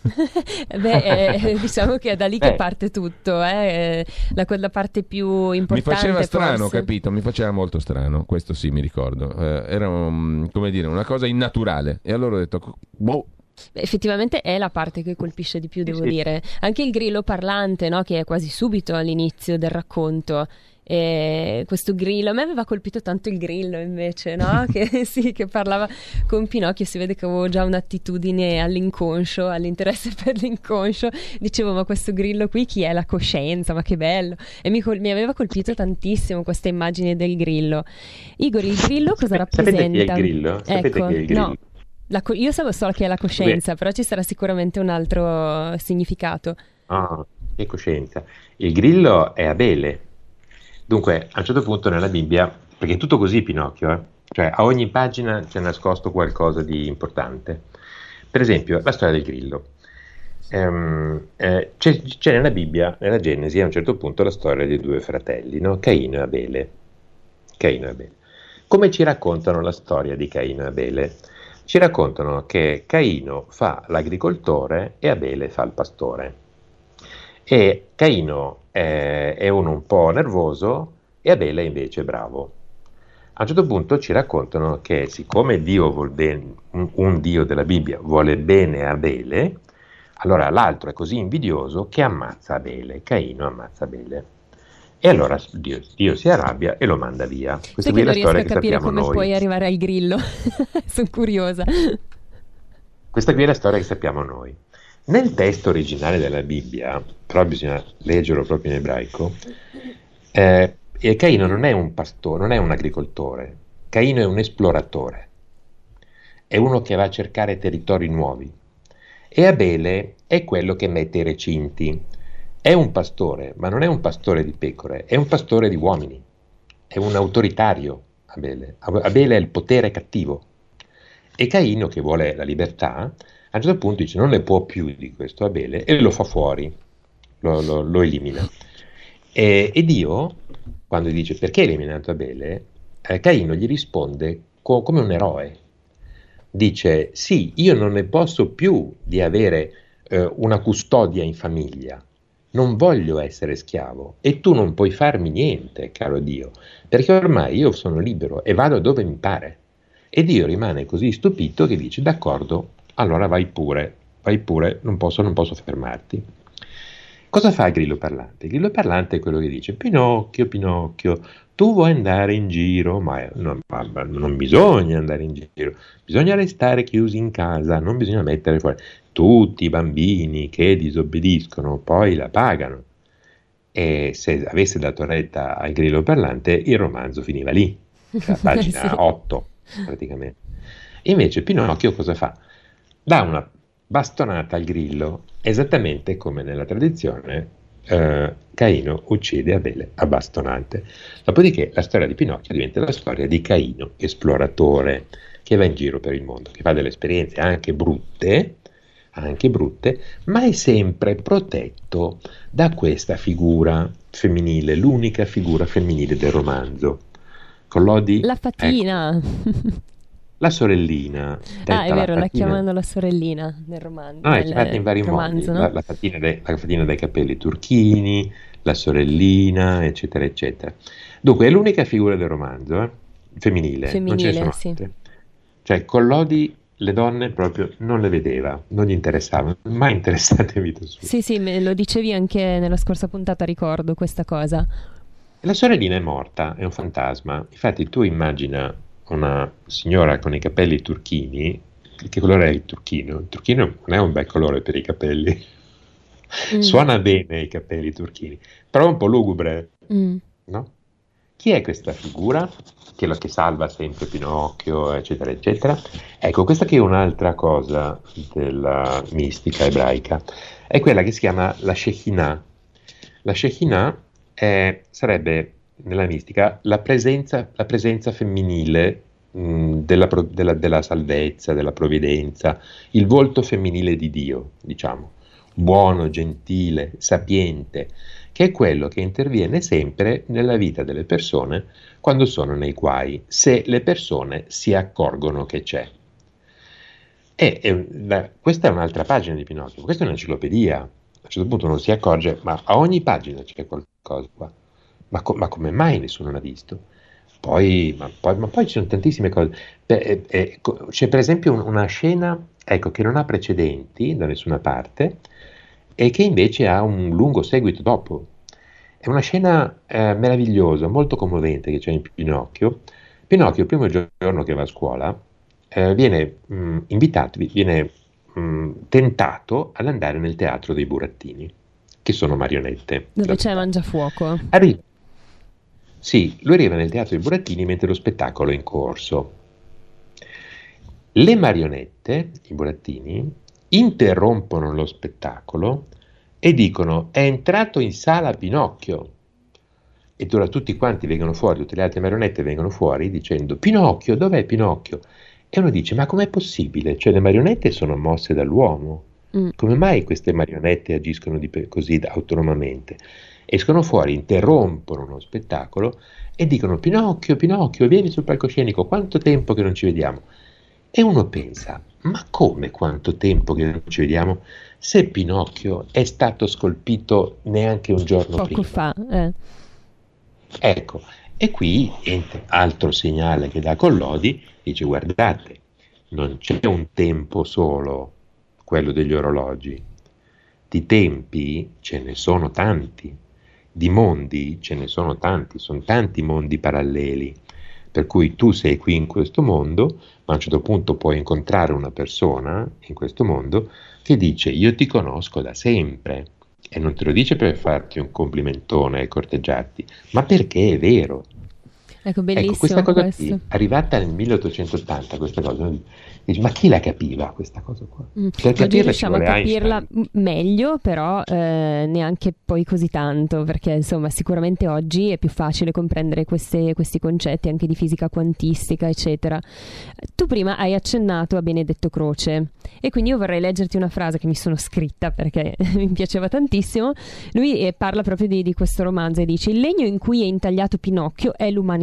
C: Beh, eh, diciamo che è da lì che
E: Beh.
C: parte tutto, eh, la, quella parte più
D: Mi
C: importante.
D: faceva strano,
C: forse.
D: capito? Mi faceva molto strano, questo sì, mi ricordo. Eh, era um, come dire, una cosa innaturale. E allora ho detto, boh,
C: Beh, effettivamente è la parte che colpisce di più,
E: Sì,
C: devo
E: sì.
C: dire. Anche il grillo parlante, no? Che è quasi subito all'inizio del racconto. E questo grillo, a me aveva colpito tanto il grillo invece, no? Che sì, che parlava con Pinocchio, si vede che avevo già un'attitudine all'inconscio, all'interesse per l'inconscio. Dicevo, ma questo grillo qui chi è? La coscienza, ma che bello! E mi, col- mi aveva colpito tantissimo questa immagine del grillo. Igor, il grillo cosa
E: Sapete- sapete chi è il
C: rappresenta?
E: grillo? Sapete
C: Ecco,
E: chi è il grillo?
C: no. La co- io so, so che è la coscienza, però ci sarà sicuramente un altro significato.
E: Ah, che coscienza. Il grillo è Abele. Dunque, a un certo punto nella Bibbia, perché è tutto così Pinocchio, eh? Cioè a ogni pagina c'è nascosto qualcosa di importante. Per esempio, la storia del grillo. Ehm, eh, c'è, c'è nella Bibbia, nella Genesi, a un certo punto la storia dei due fratelli, no? Caino e Abele. Caino e Abele. Come ci raccontano la storia di Caino e Abele? Ci raccontano che Caino fa l'agricoltore e Abele fa il pastore. E Caino è, è uno un po' nervoso e Abele invece è bravo. A un certo punto ci raccontano che siccome Dio vuol bene, un, un Dio della Bibbia vuole bene a Abele, allora l'altro è così invidioso che ammazza Abele, Caino ammazza Abele. E allora Dio, Dio si arrabbia e lo manda via. Questa
C: Sai
E: qui
C: che
E: è
C: non
E: la
C: riesco
E: storia
C: a
E: che
C: capire
E: sappiamo
C: come
E: noi.
C: puoi arrivare al grillo. Sono curiosa.
E: Questa qui è la storia che sappiamo noi. Nel testo originale della Bibbia, però bisogna leggerlo proprio in ebraico, eh, e Caino non è un pastore, non è un agricoltore, Caino è un esploratore, è uno che va a cercare territori nuovi. E Abele è quello che mette i recinti. È un pastore, ma non è un pastore di pecore, è un pastore di uomini, è un autoritario Abele. Abele è il potere cattivo. E Caino, che vuole la libertà, a un certo punto dice non ne può più di questo Abele e lo fa fuori, lo, lo- lo elimina. E, e Dio, quando gli dice perché hai eliminato Abele, eh, Caino gli risponde co- come un eroe. Dice sì, io non ne posso più di avere eh, una custodia in famiglia, non voglio essere schiavo e tu non puoi farmi niente, caro Dio, perché ormai io sono libero e vado dove mi pare. E Dio rimane così stupito che dice d'accordo, allora vai pure, vai pure, non posso, non posso fermarti. Cosa fa il grillo parlante? Il grillo parlante è quello che dice: Pinocchio, Pinocchio, tu vuoi andare in giro, ma non, ma- ma non bisogna andare in giro, bisogna restare chiusi in casa, non bisogna mettere fuori. Tutti i bambini che disobbediscono poi la pagano. E se avesse dato retta al grillo parlante, il romanzo finiva lì, cioè a pagina
C: Sì.
E: otto praticamente. Invece Pinocchio cosa fa? Dà una bastonata al grillo, esattamente come nella tradizione eh, Caino uccide Abele a bastonate. Dopodiché la storia di Pinocchio diventa la storia di Caino, esploratore, che va in giro per il mondo, che fa delle esperienze anche brutte, anche brutte, ma è sempre protetto da questa figura femminile, l'unica figura femminile del romanzo. Collodi,
C: La
E: ecco,
C: fatina.
E: la sorellina, detta
C: Ah, è vero, la
E: fatina.
C: chiamano la sorellina nel romanzo.
E: No, è
C: nel
E: chiamata in vari
C: romanzo,
E: modi,
C: no?
E: la, la fatina dai, la fatina dai capelli turchini, la sorellina, eccetera, eccetera. Dunque, è l'unica figura del romanzo, eh, femminile, non ce ne
C: Femminile,
E: sono
C: sì.
E: altre. Cioè, Collodi le donne proprio non le vedeva, non gli interessavano, mai interessate in vita sua.
C: Sì, sì, me lo dicevi anche nella scorsa puntata, ricordo questa cosa.
E: E la sorellina è morta, è un fantasma. Infatti tu immagina una signora con i capelli turchini, che colore è il turchino? Il turchino non è un bel colore per i capelli.
C: Mm,
E: Suona bene i capelli turchini, però è un po' lugubre,
C: mm.
E: no? Chi è questa figura? Quello che salva sempre Pinocchio, eccetera, eccetera. Ecco, questa che è un'altra cosa della mistica ebraica, è quella che si chiama la Shekinah. La Shekinah è- sarebbe nella mistica la presenza, la presenza femminile mh, della, pro- della- della salvezza, della provvidenza, il volto femminile di Dio, diciamo, buono, gentile, sapiente, che è quello che interviene sempre nella vita delle persone quando sono nei guai, se le persone si accorgono che c'è. E, e la- questa è un'altra pagina di Pinocchio, questa è un'enciclopedia. A un certo punto uno si accorge, ma a ogni pagina c'è qualcosa qua. Ma, co- ma come mai nessuno l'ha visto? Poi, ma, poi, ma poi ci sono tantissime cose. Beh, eh, eh, co- c'è per esempio un- una scena, ecco, che non ha precedenti da nessuna parte e che invece ha un lungo seguito dopo. È una scena eh, meravigliosa, molto commovente che c'è in Pinocchio. Pinocchio, il primo giorno che va a scuola, eh, viene mh, invitato, vi- viene mh, tentato ad andare nel teatro dei burattini, che sono marionette.
C: Dove c'è Mangiafuoco.
E: Arriva, sì, lui arriva nel teatro dei burattini mentre lo spettacolo è in corso. Le marionette, i burattini, interrompono lo spettacolo e dicono: è entrato in sala Pinocchio. E ora tutti quanti vengono fuori, tutte le altre marionette vengono fuori dicendo: Pinocchio, dov'è Pinocchio? E uno dice: ma com'è possibile? Cioè le marionette sono mosse dall'uomo.
C: Mm.
E: Come mai queste marionette agiscono di pe- così da- autonomamente? Escono fuori, interrompono uno spettacolo e dicono: Pinocchio, Pinocchio, vieni sul palcoscenico, quanto tempo che non ci vediamo? E uno pensa: ma come quanto tempo che non ci vediamo se Pinocchio è stato scolpito neanche un giorno
C: Poco
E: prima?
C: fa, eh.
E: Ecco, e qui entra altro segnale che dà Collodi, dice: guardate, non c'è un tempo solo, quello degli orologi, di tempi ce ne sono tanti, di mondi ce ne sono tanti, sono tanti mondi paralleli, per cui tu sei qui in questo mondo, ma a un certo punto puoi incontrare una persona in questo mondo che dice: io ti conosco da sempre. E non te lo dice per farti un complimentone e corteggiarti, ma perché è vero.
C: Ecco,
E: Ecco,
C: bellissimo
E: questa cosa
C: questo.
E: qui, arrivata nel milleottocentottanta, questa cosa, dici, ma chi la capiva questa cosa qua?
C: Mm.
E: Per
C: Oggi
E: capirla ci
C: riusciamo a
E: vuole
C: capirla
E: Einstein.
C: m- meglio, però eh, neanche poi così tanto, perché insomma sicuramente oggi è più facile comprendere queste- questi concetti anche di fisica quantistica, eccetera. Tu prima hai accennato a Benedetto Croce e quindi io vorrei leggerti una frase che mi sono scritta perché mi piaceva tantissimo. Lui eh, parla proprio di, di questo romanzo e dice: il legno in cui è intagliato Pinocchio è l'umanità.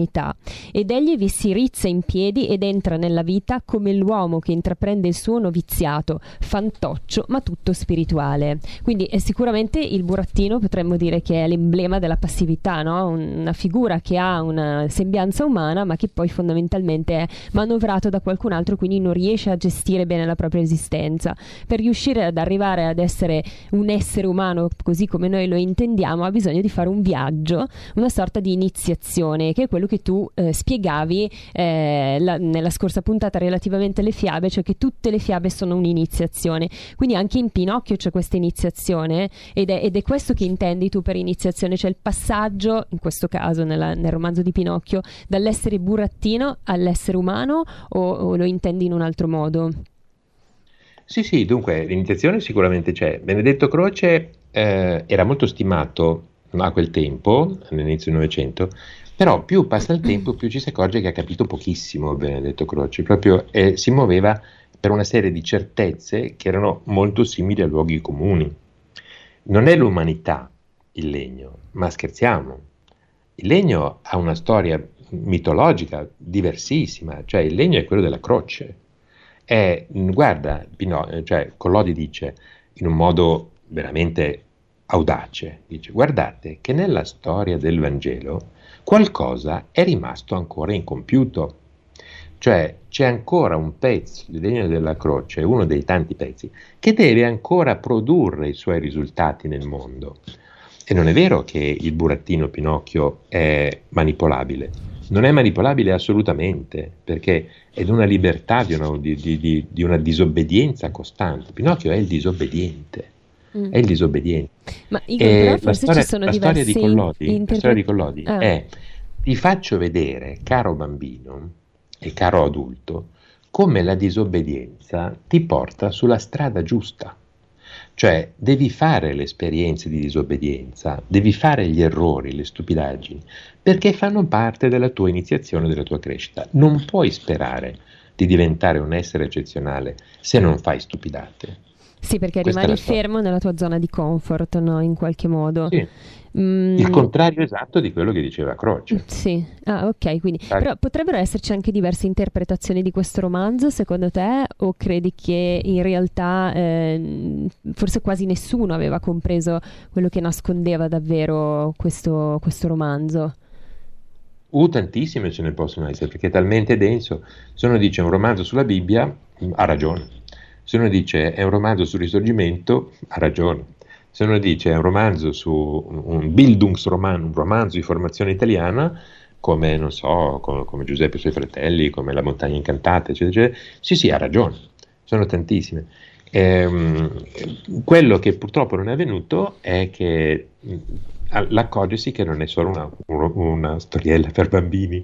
C: l'umanità, ed egli vi si rizza in piedi ed entra nella vita come l'uomo che intraprende il suo noviziato, fantoccio ma tutto spirituale. Quindi eh, sicuramente il burattino potremmo dire che è l'emblema della passività, no? Una figura che ha una sembianza umana ma che poi fondamentalmente è manovrato da qualcun altro, quindi non riesce a gestire bene la propria esistenza. Per riuscire ad arrivare ad essere un essere umano così come noi lo intendiamo ha bisogno di fare un viaggio, una sorta di iniziazione, che è quello che tu eh, spiegavi eh, la, nella scorsa puntata relativamente alle fiabe, cioè che tutte le fiabe sono un'iniziazione. Quindi anche in Pinocchio c'è questa iniziazione ed è, ed è questo che intendi tu per iniziazione, cioè il passaggio, in questo caso nella, nel romanzo di Pinocchio, dall'essere burattino all'essere umano, o, o lo intendi in un altro modo?
E: Sì, sì, dunque l'iniziazione sicuramente c'è. Benedetto Croce eh, era molto stimato a quel tempo, all'inizio del Novecento, però più passa il tempo più ci si accorge che ha capito pochissimo Benedetto Croce, proprio eh, si muoveva per una serie di certezze che erano molto simili a luoghi comuni. Non è l'umanità il legno, ma scherziamo. Il legno ha una storia mitologica diversissima, cioè il legno è quello della croce. È, guarda, Pino, cioè Collodi dice in un modo veramente audace, dice: guardate che nella storia del Vangelo qualcosa è rimasto ancora incompiuto, cioè c'è ancora un pezzo di legno della croce, uno dei tanti pezzi, che deve ancora produrre i suoi risultati nel mondo. E non è vero che il burattino Pinocchio è manipolabile. Non è manipolabile assolutamente, perché è di una libertà, di una, di, di, di una disobbedienza costante. Pinocchio è il disobbediente, mm. è il disobbediente.
C: Ma Igor, però forse
E: la storia,
C: ci sono
E: la
C: diversi
E: storia di Collodi,
C: interpre-
E: la storia di Collodi
C: ah.
E: è: ti faccio vedere, caro bambino e caro adulto, come la disobbedienza ti porta sulla strada giusta. Cioè devi fare le esperienze di disobbedienza, devi fare gli errori, le stupidaggini, perché fanno parte della tua iniziazione, della tua crescita. Non puoi sperare di diventare un essere eccezionale se non fai stupidate.
C: Sì, perché
E: Questa
C: rimani fermo nella tua zona di comfort, no? In qualche modo.
E: Sì.
C: Mm.
E: Il contrario esatto di quello che diceva Croce.
C: Sì, ah ok, quindi però potrebbero esserci anche diverse interpretazioni di questo romanzo secondo te, o credi che in realtà eh, forse quasi nessuno aveva compreso quello che nascondeva davvero questo, questo romanzo?
E: Uh, tantissime ce ne possono essere, perché è talmente denso. Se uno dice un romanzo sulla Bibbia, ha ragione. Se uno dice è un romanzo sul Risorgimento, ha ragione. Se uno dice è un romanzo su un Bildungsroman, un romanzo di formazione italiana, come non so, come, come Giuseppe e i suoi fratelli, come La montagna incantata, eccetera, eccetera, sì, sì, ha ragione, sono tantissime. Ehm, quello che purtroppo non è avvenuto è che mh, l'accorgersi che non è solo una, una storiella per bambini.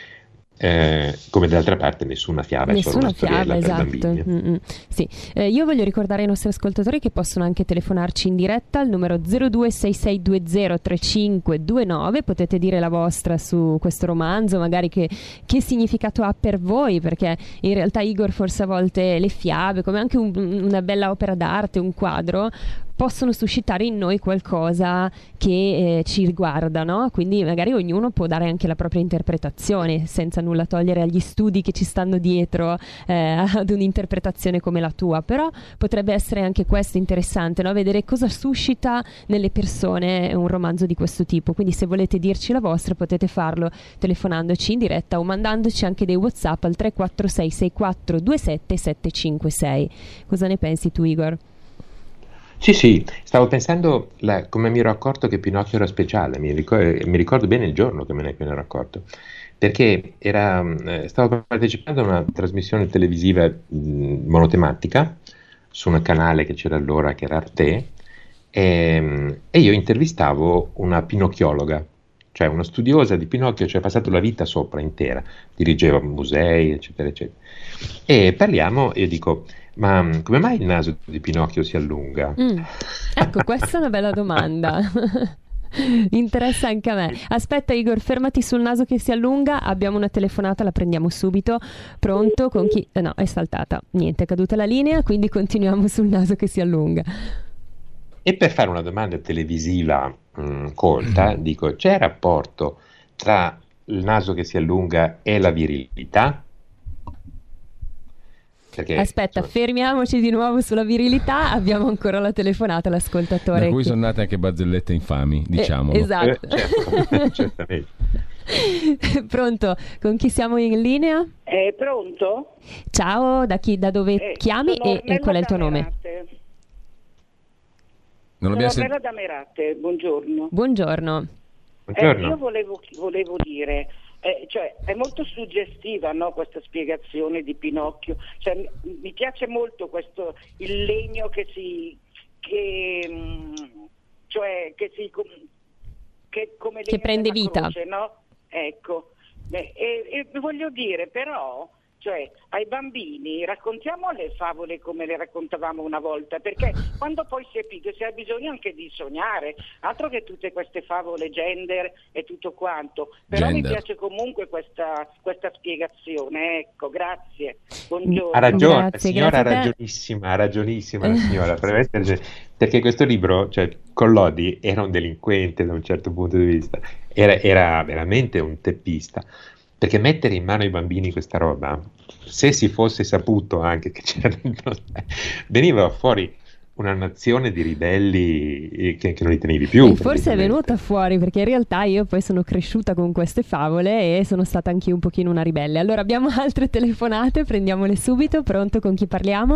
E: Eh, come d'altra parte nessuna fiaba
C: nessuna
E: è solo una
C: fiaba,
E: storiella
C: esatto.
E: per bambini.
C: Mm-hmm. Sì. Eh, io voglio ricordare ai nostri ascoltatori che possono anche telefonarci in diretta al numero zero due sei sei due zero tre cinque due nove. Potete dire la vostra su questo romanzo, magari che, che significato ha per voi, perché in realtà Igor forse a volte le fiabe, come anche un, una bella opera d'arte, un quadro, possono suscitare in noi qualcosa che eh, ci riguarda, no? Quindi magari ognuno può dare anche la propria interpretazione, senza nulla togliere agli studi che ci stanno dietro eh, ad un'interpretazione come la tua, però potrebbe essere anche questo interessante, no? Vedere cosa suscita nelle persone un romanzo di questo tipo. Quindi se volete dirci la vostra potete farlo telefonandoci in diretta o mandandoci anche dei WhatsApp al tre quattro sei sei quattro due sette sette cinque sei. Cosa ne pensi tu, Igor?
E: Sì, sì, stavo pensando la, come mi ero accorto che Pinocchio era speciale, mi ricordo, mi ricordo bene il giorno che me ne, me ne ero accorto, perché era, eh, stavo partecipando a una trasmissione televisiva mh, monotematica su un canale che c'era allora, che era Arte, e, e io intervistavo una pinocchiologa, cioè una studiosa di Pinocchio, cioè ha passato la vita sopra intera, dirigeva musei, eccetera, eccetera. E parliamo, io dico: ma come mai il naso di Pinocchio si allunga?
C: Mm. Ecco, questa è una bella domanda. Interessa anche a me. Aspetta Igor, fermati sul naso che si allunga. Abbiamo una telefonata, la prendiamo subito. Pronto? Con chi? Eh, no, è saltata. Niente, è caduta la linea, quindi continuiamo sul naso che si allunga.
E: E per fare una domanda televisiva mh, colta, dico: c'è rapporto tra il naso che si allunga è la virilità? Perché,
C: Aspetta,
E: insomma,
C: fermiamoci di nuovo sulla virilità. Abbiamo ancora la telefonata, l'ascoltatore.
D: Da cui
C: che-
D: sono nate anche barzellette infami, diciamolo.
C: Eh, esatto.
E: eh, certo, certamente.
C: Pronto? Con chi siamo in linea?
F: È pronto?
C: Ciao, da chi, da dove
F: Eh,
C: chiami
F: sono
C: e, e
F: Ornella
C: qual è il tuo
F: da
C: nome?
F: Merate.
D: Non
F: Sono
D: abbiamo
F: Ornella
D: sentito.
F: da Merate, buongiorno.
C: Buongiorno.
F: Eh,
E: Buongiorno.
F: io volevo, volevo dire, eh, cioè, è molto suggestiva, no, questa spiegazione di Pinocchio. Cioè, mi, mi piace molto questo, il legno che si, che, mm, cioè, che si, com- che come
C: Che
F: legno
C: prende
F: della
C: vita.
F: croce, no? Ecco. Beh, e, e voglio dire, però, cioè, ai bambini raccontiamo le favole come le raccontavamo una volta, perché quando poi si è piccoli si ha bisogno anche di sognare, altro che tutte queste favole gender e tutto quanto. Però
D: Gender.
F: mi piace comunque questa, questa spiegazione, ecco, grazie. Buongiorno.
E: Ha ragione,
C: Grazie,
E: la signora
C: grazie a
E: ha
C: te.
E: ragionissima, ha ragionissima la signora, veramente ragione. Perché questo libro, cioè Collodi era un delinquente da un certo punto di vista, era, era veramente un teppista, perché mettere in mano ai bambini questa roba, se si fosse saputo anche che c'era dentro, veniva fuori una nazione di ribelli eh, che, che non li tenevi più.
C: E forse è
E: praticamente.
C: venuta fuori perché in realtà io poi sono cresciuta con queste favole e sono stata anche un pochino una ribelle. Allora abbiamo altre telefonate, prendiamole subito. Pronto, con chi parliamo?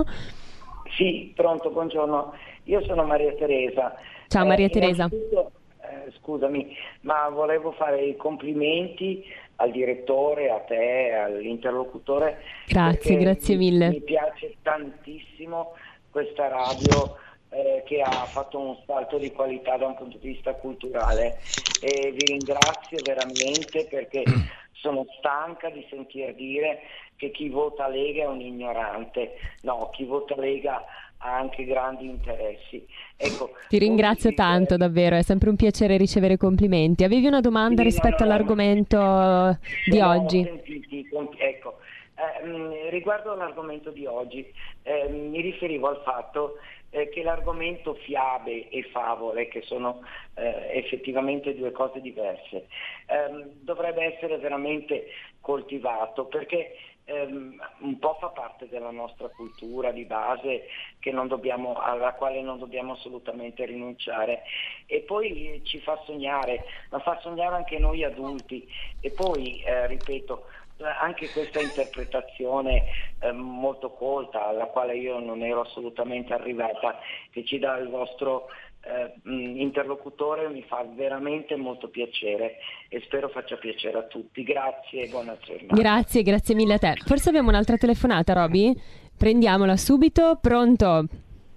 G: Sì, pronto, buongiorno. Io sono Maria Teresa.
C: Ciao, Maria Teresa.
G: innanzitutto, eh, scusami, ma volevo fare i complimenti al direttore, a te, all'interlocutore.
C: Grazie,
G: perché
C: grazie
G: mi-
C: mille.
G: Mi piace tantissimo questa radio eh, che ha fatto un salto di qualità da un punto di vista culturale e vi ringrazio veramente perché sono stanca di sentir dire che chi vota Lega è un ignorante. No, chi vota Lega ha anche grandi interessi. Ecco,
C: Ti ringrazio
G: voi dite-
C: tanto, davvero, è sempre un piacere ricevere complimenti. Avevi una domanda
G: Sì,
C: rispetto
G: no, no,
C: all'argomento di
G: no,
C: oggi?
G: ho sentito i comp- ecco, eh, mh, riguardo all'argomento di oggi, eh, mi riferivo al fatto eh, che l'argomento fiabe e favole, che sono eh, effettivamente due cose diverse, ehm, dovrebbe essere veramente coltivato perché ehm, un po' fa parte della nostra cultura di base che non dobbiamo, alla quale non dobbiamo assolutamente rinunciare e poi eh, ci fa sognare, ma fa sognare anche noi adulti e poi eh, ripeto anche questa interpretazione eh, molto colta alla quale io non ero assolutamente arrivata che ci dà il vostro eh, mh, interlocutore mi fa veramente molto piacere e spero faccia piacere a tutti. Grazie e buona giornata.
C: Grazie, grazie mille a te. Forse abbiamo un'altra telefonata, Roby? Prendiamola subito. Pronto?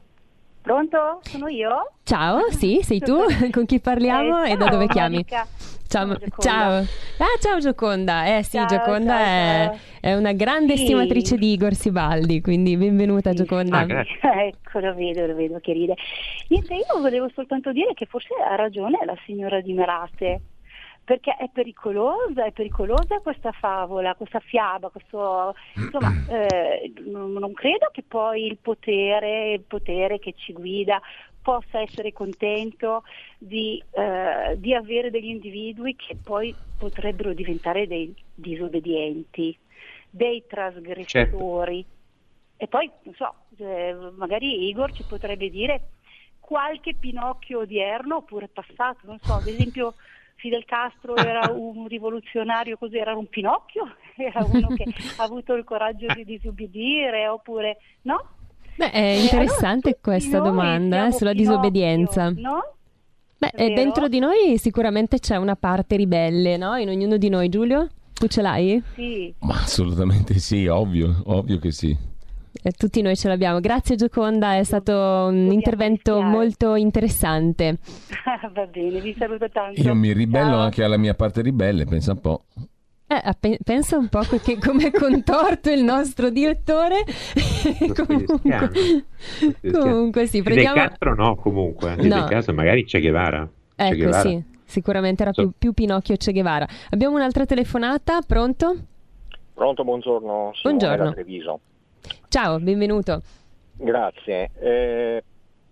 H: Pronto? Sono io?
C: Ciao, sì, sei tu? Con chi parliamo
H: Eh,
C: e da
H: ciao,
C: dove chiami?
H: Monica.
C: Ciao,
H: Sono Gioconda.
C: ciao. Ah, ciao Gioconda. Eh sì,
H: Ciao,
C: Gioconda
H: ciao,
C: è,
H: ciao.
C: è una grande
H: Sì.
C: estimatrice di Igor Sibaldi, quindi benvenuta
H: Sì.
C: Gioconda.
E: Ah, grazie.
H: Ecco, lo vedo, lo vedo che ride. Niente, io volevo soltanto dire che forse ha ragione la signora di Merate, perché è pericolosa, è pericolosa questa favola, questa fiaba, questo, insomma, eh, non non credo che poi il potere, il potere che ci guida possa essere contento di, eh, di avere degli individui che poi potrebbero diventare dei disobbedienti, dei trasgressori. E poi, non so, eh, magari Igor ci potrebbe dire qualche Pinocchio odierno oppure passato, non so, ad esempio Fidel Castro era un rivoluzionario, così era un Pinocchio, era uno che ha avuto il coraggio di disobbedire, oppure no?
C: Beh, è
H: Eh,
C: interessante
H: allora, tutti
C: questa
H: noi
C: domanda eh,
H: siamo
C: sulla
H: Pinocchio,
C: disobbedienza.
H: no?
C: Beh,
H: È
C: eh,
H: vero?
C: dentro di noi sicuramente c'è una parte ribelle, no? In ognuno di noi, Giulio? Tu ce l'hai?
H: Sì.
D: Ma assolutamente sì, ovvio, ovvio che sì.
C: Eh, tutti noi ce l'abbiamo. Grazie Gioconda, è stato un
H: Dobbiamo
C: intervento
H: iniziare.
C: molto interessante.
H: Va bene, vi saluto tanto.
D: Io mi ribello
H: Ciao.
D: anche alla mia parte ribelle, pensa un po'.
C: Eh, appe- pensa un po' che come è contorto il nostro direttore. comunque, comunque sì,
E: Fidel
C: prendiamo...
E: Castro no, comunque,
C: No.
E: nel caso magari Che Guevara. Che
C: Ecco,
E: Guevara.
C: sì, sicuramente era
E: So-
C: più, più Pinocchio Che Guevara. Abbiamo un'altra telefonata, pronto?
I: Pronto, buongiorno, Simone
C: Buongiorno.
I: da Treviso.
C: Ciao, benvenuto.
I: Grazie. Eh,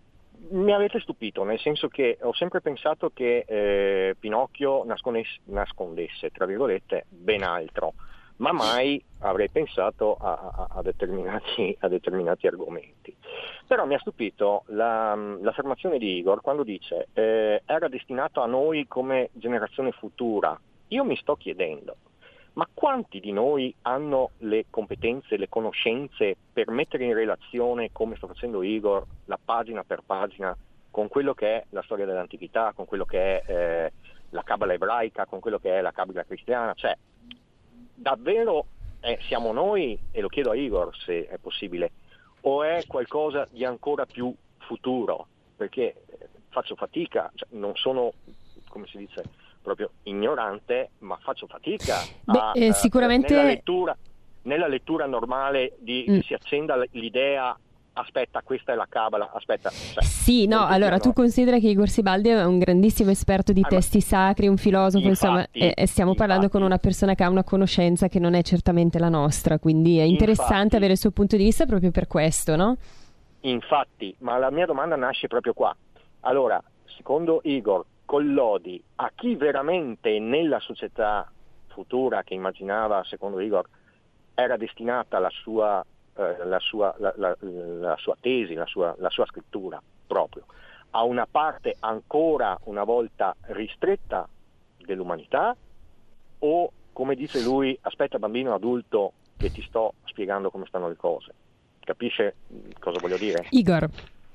I: mi avete stupito, nel senso che ho sempre pensato che eh, Pinocchio nascondesse, nascondesse, tra virgolette, ben altro, ma mai avrei pensato a, a, a, determinati, a determinati argomenti. Però mi ha stupito la, l'affermazione di Igor quando dice eh, era destinato a noi come generazione futura. Io mi sto chiedendo, ma quanti di noi hanno le competenze, le conoscenze per mettere in relazione, come sta facendo Igor, la pagina per pagina con quello che è la storia dell'antichità, con quello che è eh, la Cabala ebraica, con quello che è la Cabala cristiana? Cioè, davvero eh, siamo noi, e lo chiedo a Igor se è possibile, o è qualcosa di ancora più futuro? Perché eh, faccio fatica, cioè, non sono, come si dice, proprio ignorante, ma faccio fatica a,
C: Beh, eh, sicuramente...
I: nella lettura, nella lettura normale di mm. che si accenda l'idea, aspetta, questa è la Cabala, aspetta. Cioè,
C: sì, no, allora tu considera che Igor Sibaldi è un grandissimo esperto di ah, testi sacri, un filosofo, infatti, insomma, e, e stiamo infatti, parlando con una persona che ha una conoscenza che non è certamente la nostra, quindi è interessante infatti, avere il suo punto di vista proprio per questo, no?
I: Infatti, ma la mia domanda nasce proprio qua. Allora, secondo Igor, Collodi, a chi veramente nella società futura che immaginava, secondo Igor, era destinata la sua La sua, la, la, la sua tesi, la sua, la sua scrittura proprio, a una parte ancora una volta ristretta dell'umanità, o come dice lui, aspetta bambino adulto che ti sto spiegando come stanno le cose? Capisce cosa voglio dire?
C: Igor.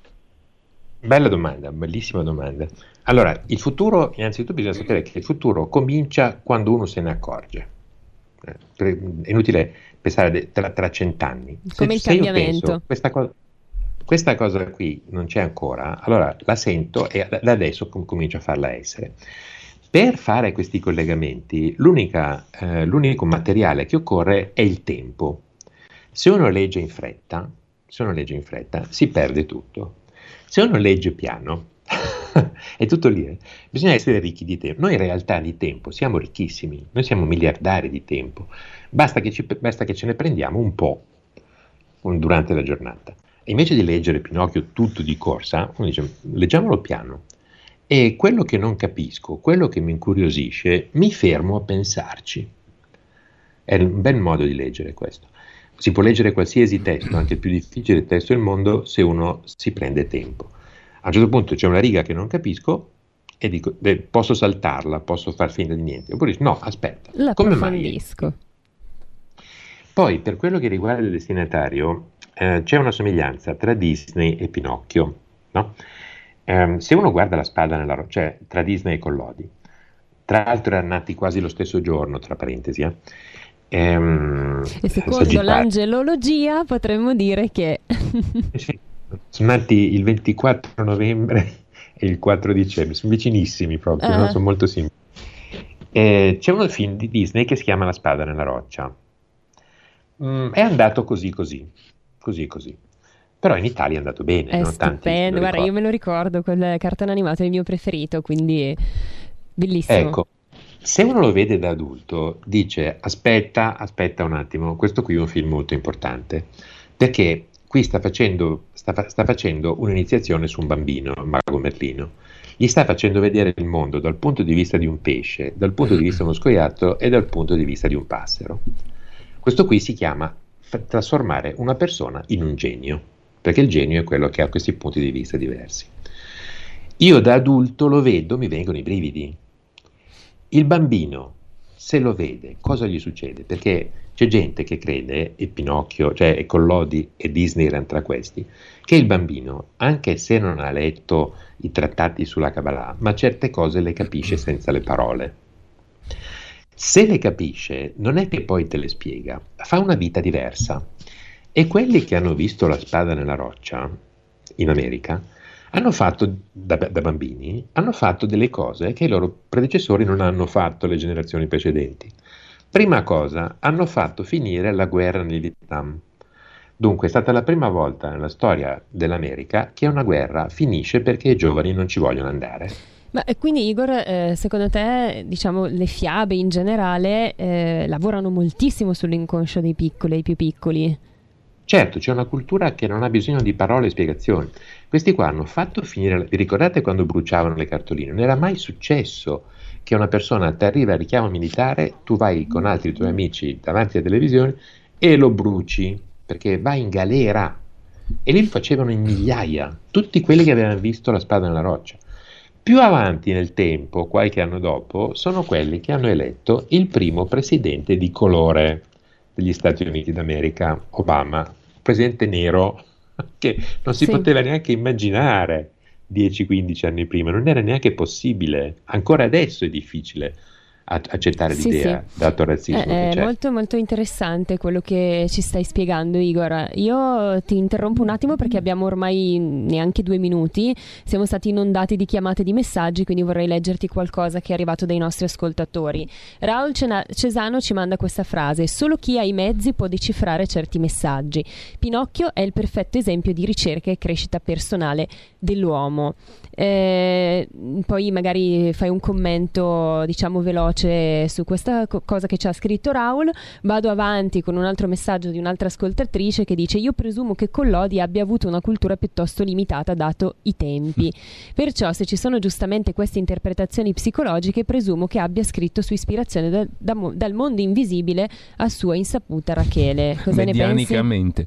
E: Bella domanda, bellissima domanda. Allora, il futuro, innanzitutto bisogna sapere che il futuro comincia quando uno se ne accorge. È inutile pensare tra, tra cent'anni.
C: Come
E: se,
C: il cambiamento.
E: Penso, questa, cosa, questa cosa qui non c'è ancora, allora la sento e da adesso com- comincio a farla essere. Per fare questi collegamenti, l'unica, eh, l'unico materiale che occorre è il tempo. Se uno legge in fretta, se uno legge in fretta, si perde tutto. Se uno legge piano, è tutto lì. Eh. Bisogna essere ricchi di tempo. Noi in realtà di tempo siamo ricchissimi, noi siamo miliardari di tempo. Basta che, ci, basta che ce ne prendiamo un po' durante la giornata. E invece di leggere Pinocchio tutto di corsa, uno dice leggiamolo piano. E quello che non capisco, quello che mi incuriosisce, mi fermo a pensarci. È un bel modo di leggere questo. Si può leggere qualsiasi testo, anche il più difficile testo del mondo, se uno si prende tempo. A un certo punto c'è una riga che non capisco e dico, beh, posso saltarla, posso far finta di niente. Oppure dico, no, aspetta,
C: la
E: come
C: approfondisco.
E: Mai? Poi, per quello che riguarda il destinatario, eh, c'è una somiglianza tra Disney e Pinocchio, no? Eh, se uno guarda La spada nella roccia, cioè tra Disney e Collodi, tra l'altro erano nati quasi lo stesso giorno, tra parentesi, eh. Ehm,
C: e secondo
E: Sagittario.
C: L'angelologia potremmo dire che...
E: sì. Sono nati il ventiquattro novembre e il quattro dicembre, sono vicinissimi proprio, uh-huh. no? Sono molto simili. Eh, c'è uno film di Disney che si chiama La spada nella roccia. Mm, è andato così così, così così. Però in Italia è andato bene.
C: È
E: no?
C: stupendo, guarda, io me lo ricordo, quel cartone animato è il mio preferito, quindi bellissimo.
E: Ecco, se uno lo vede da adulto, dice aspetta, aspetta un attimo, questo qui è un film molto importante, perché qui sta facendo, sta, fa- sta facendo un'iniziazione su un bambino, Mago Merlino. Gli sta facendo vedere il mondo dal punto di vista di un pesce, dal punto di vista di uno scoiattolo e dal punto di vista di un passero. Questo qui si chiama f- trasformare una persona in un genio, perché il genio è quello che ha questi punti di vista diversi. Io da adulto lo vedo, mi vengono i brividi. Il bambino, se lo vede, cosa gli succede? Perché c'è gente che crede, e Pinocchio, cioè e Collodi e Disney erano tra questi, che il bambino, anche se non ha letto i trattati sulla Kabbalah, ma certe cose le capisce senza le parole. Se le capisce, non è che poi te le spiega, fa una vita diversa. E quelli che hanno visto La spada nella roccia, in America, hanno fatto, da, da bambini, hanno fatto delle cose che i loro predecessori non hanno fatto, le generazioni precedenti. Prima cosa, hanno fatto finire la guerra nel Vietnam. Dunque è stata la prima volta nella storia dell'America che una guerra finisce perché i giovani non ci vogliono andare.
C: Ma quindi Igor, eh, secondo te, diciamo, le fiabe in generale eh, lavorano moltissimo sull'inconscio dei piccoli, dei più piccoli?
E: Certo, c'è una cultura che non ha bisogno di parole e spiegazioni. Questi qua hanno fatto finire, vi ricordate quando bruciavano le cartoline? Non era mai successo che una persona ti arriva al richiamo militare, tu vai con altri tuoi amici davanti alla televisione e lo bruci, perché vai in galera. E lì lo facevano in migliaia, tutti quelli che avevano visto La spada nella roccia. Più avanti nel tempo, qualche anno dopo, sono quelli che hanno eletto il primo presidente di colore degli Stati Uniti d'America, Obama, presidente nero, che non si
C: Sì.
E: poteva neanche immaginare dieci quindici anni prima, non era neanche possibile, ancora adesso è difficile a- accettare
C: Sì,
E: l'idea,
C: sì.
E: dato il razzismo
C: Eh,
E: che
C: È
E: c'è.
C: molto molto interessante quello che ci stai spiegando, Igor. Io ti interrompo un attimo perché abbiamo ormai neanche due minuti, siamo stati inondati di chiamate e di messaggi, quindi vorrei leggerti qualcosa che è arrivato dai nostri ascoltatori. Raul Cena- Cesano ci manda questa frase: solo chi ha i mezzi può decifrare certi messaggi. Pinocchio è il perfetto esempio di ricerca e crescita personale dell'uomo. Eh, poi magari fai un commento, diciamo, veloce su questa co- cosa che ci ha scritto Raul. Vado avanti con un altro messaggio di un'altra ascoltatrice che dice: io presumo che Collodi abbia avuto una cultura piuttosto limitata dato i tempi, perciò se ci sono giustamente queste interpretazioni psicologiche presumo che abbia scritto su ispirazione da- da mo- dal mondo invisibile a sua insaputa. Rachele, cosa ne pensi?
D: Medianicamente.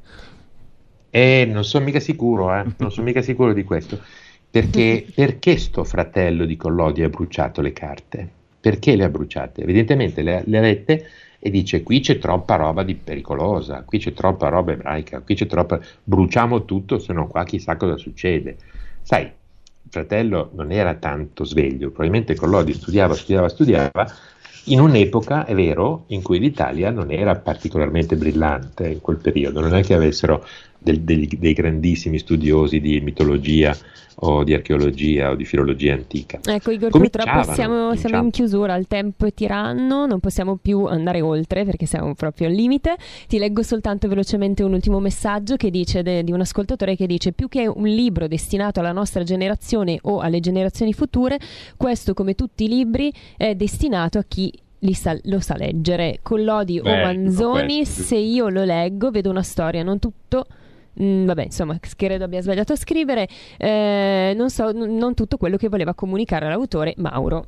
E: E non sono mica sicuro, eh, non sono mica sicuro di questo. Perché, perché sto fratello di Collodi ha bruciato le carte? Perché le ha bruciate? Evidentemente le, le ha lette e dice: qui c'è troppa roba di pericolosa, qui c'è troppa roba ebraica, qui c'è troppa... bruciamo tutto, se no qua chissà cosa succede. Sai, il fratello non era tanto sveglio, probabilmente Collodi studiava, studiava, studiava, in un'epoca, è vero, in cui l'Italia non era particolarmente brillante in quel periodo, non è che avessero del- degli- dei grandissimi studiosi di mitologia o di archeologia o di filologia antica.
C: Ecco, Igor,
E: Cominciavano,
C: purtroppo siamo, siamo
E: cominciavano.
C: in chiusura, il tempo è tiranno, non possiamo più andare oltre perché siamo proprio al limite. Ti leggo soltanto velocemente un ultimo messaggio che dice de- di un ascoltatore che dice: più che un libro destinato alla nostra generazione o alle generazioni future, questo, come tutti i libri, è destinato a chi li sa- lo sa leggere. Collodi o
E: Beh,
C: Manzoni,
E: questo, sì.
C: se io lo leggo vedo una storia, non tutto. Mm, vabbè, insomma, credo abbia sbagliato a scrivere. Eh, non so, n- non tutto quello che voleva comunicare l'autore Mauro.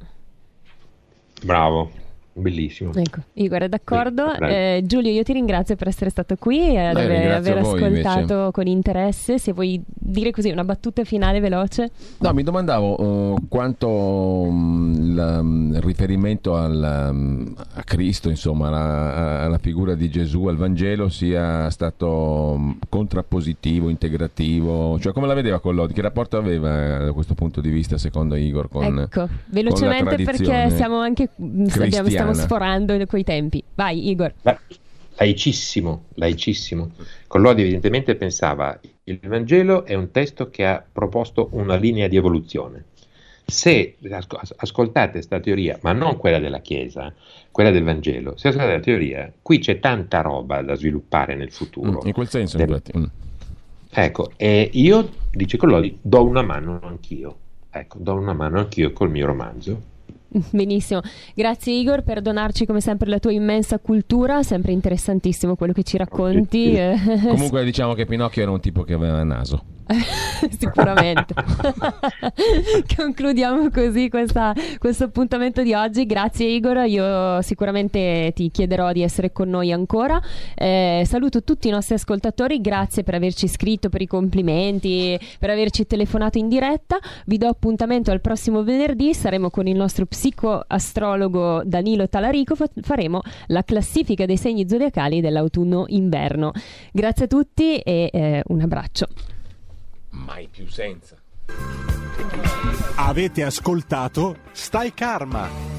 E: Bravo, bellissimo.
C: Ecco, Igor è d'accordo.
E: Sì, bravo.
C: Eh, Giulio, io ti ringrazio per essere stato qui e ad
D: Beh,
C: aver,
D: ringrazio
C: aver
D: voi,
C: ascoltato
D: invece.
C: con interesse. Se vuoi dire così una battuta finale veloce.
D: No, mi domandavo eh, quanto mh, la- mh, il riferimento al, mh, a Cristo, insomma, alla, alla figura di Gesù, al Vangelo, sia stato mh, contrappositivo, integrativo, cioè come la vedeva Collodi? Che rapporto aveva eh, da questo punto di vista, secondo Igor, con,
C: ecco, velocemente perché
D: tradizione
C: siamo anche abbiamo, stiamo
D: cristiana?
C: sforando coi tempi. Vai, Igor.
E: La- Laicissimo, laicissimo. Collodi evidentemente pensava: il Vangelo è un testo che ha proposto una linea di evoluzione. Se asco- ascoltate questa teoria, ma non quella della Chiesa, quella del Vangelo, se ascoltate la teoria, qui c'è tanta roba da sviluppare nel futuro.
D: Mm, in quel senso,
E: Del-
D: infatti. Mm.
E: Ecco, e io, dice Collodi, do una mano anch'io. Ecco, do una mano anch'io col mio romanzo.
C: Benissimo, grazie Igor per donarci come sempre la tua immensa cultura, sempre interessantissimo quello che ci racconti. eh,
D: Comunque diciamo che Pinocchio era un tipo che aveva naso.
C: Sicuramente. Concludiamo così questa- questo appuntamento di oggi. Grazie Igor, io sicuramente ti chiederò di essere con noi ancora. Eh, saluto tutti i nostri ascoltatori, grazie per averci scritto, per i complimenti, per averci telefonato in diretta. Vi do appuntamento al prossimo venerdì, saremo con il nostro psicoastrologo Danilo Talarico, fa- faremo la classifica dei segni zodiacali dell'autunno-inverno. Grazie a tutti e eh, un abbraccio.
D: Mai più senza.
A: Avete ascoltato Stai Karma,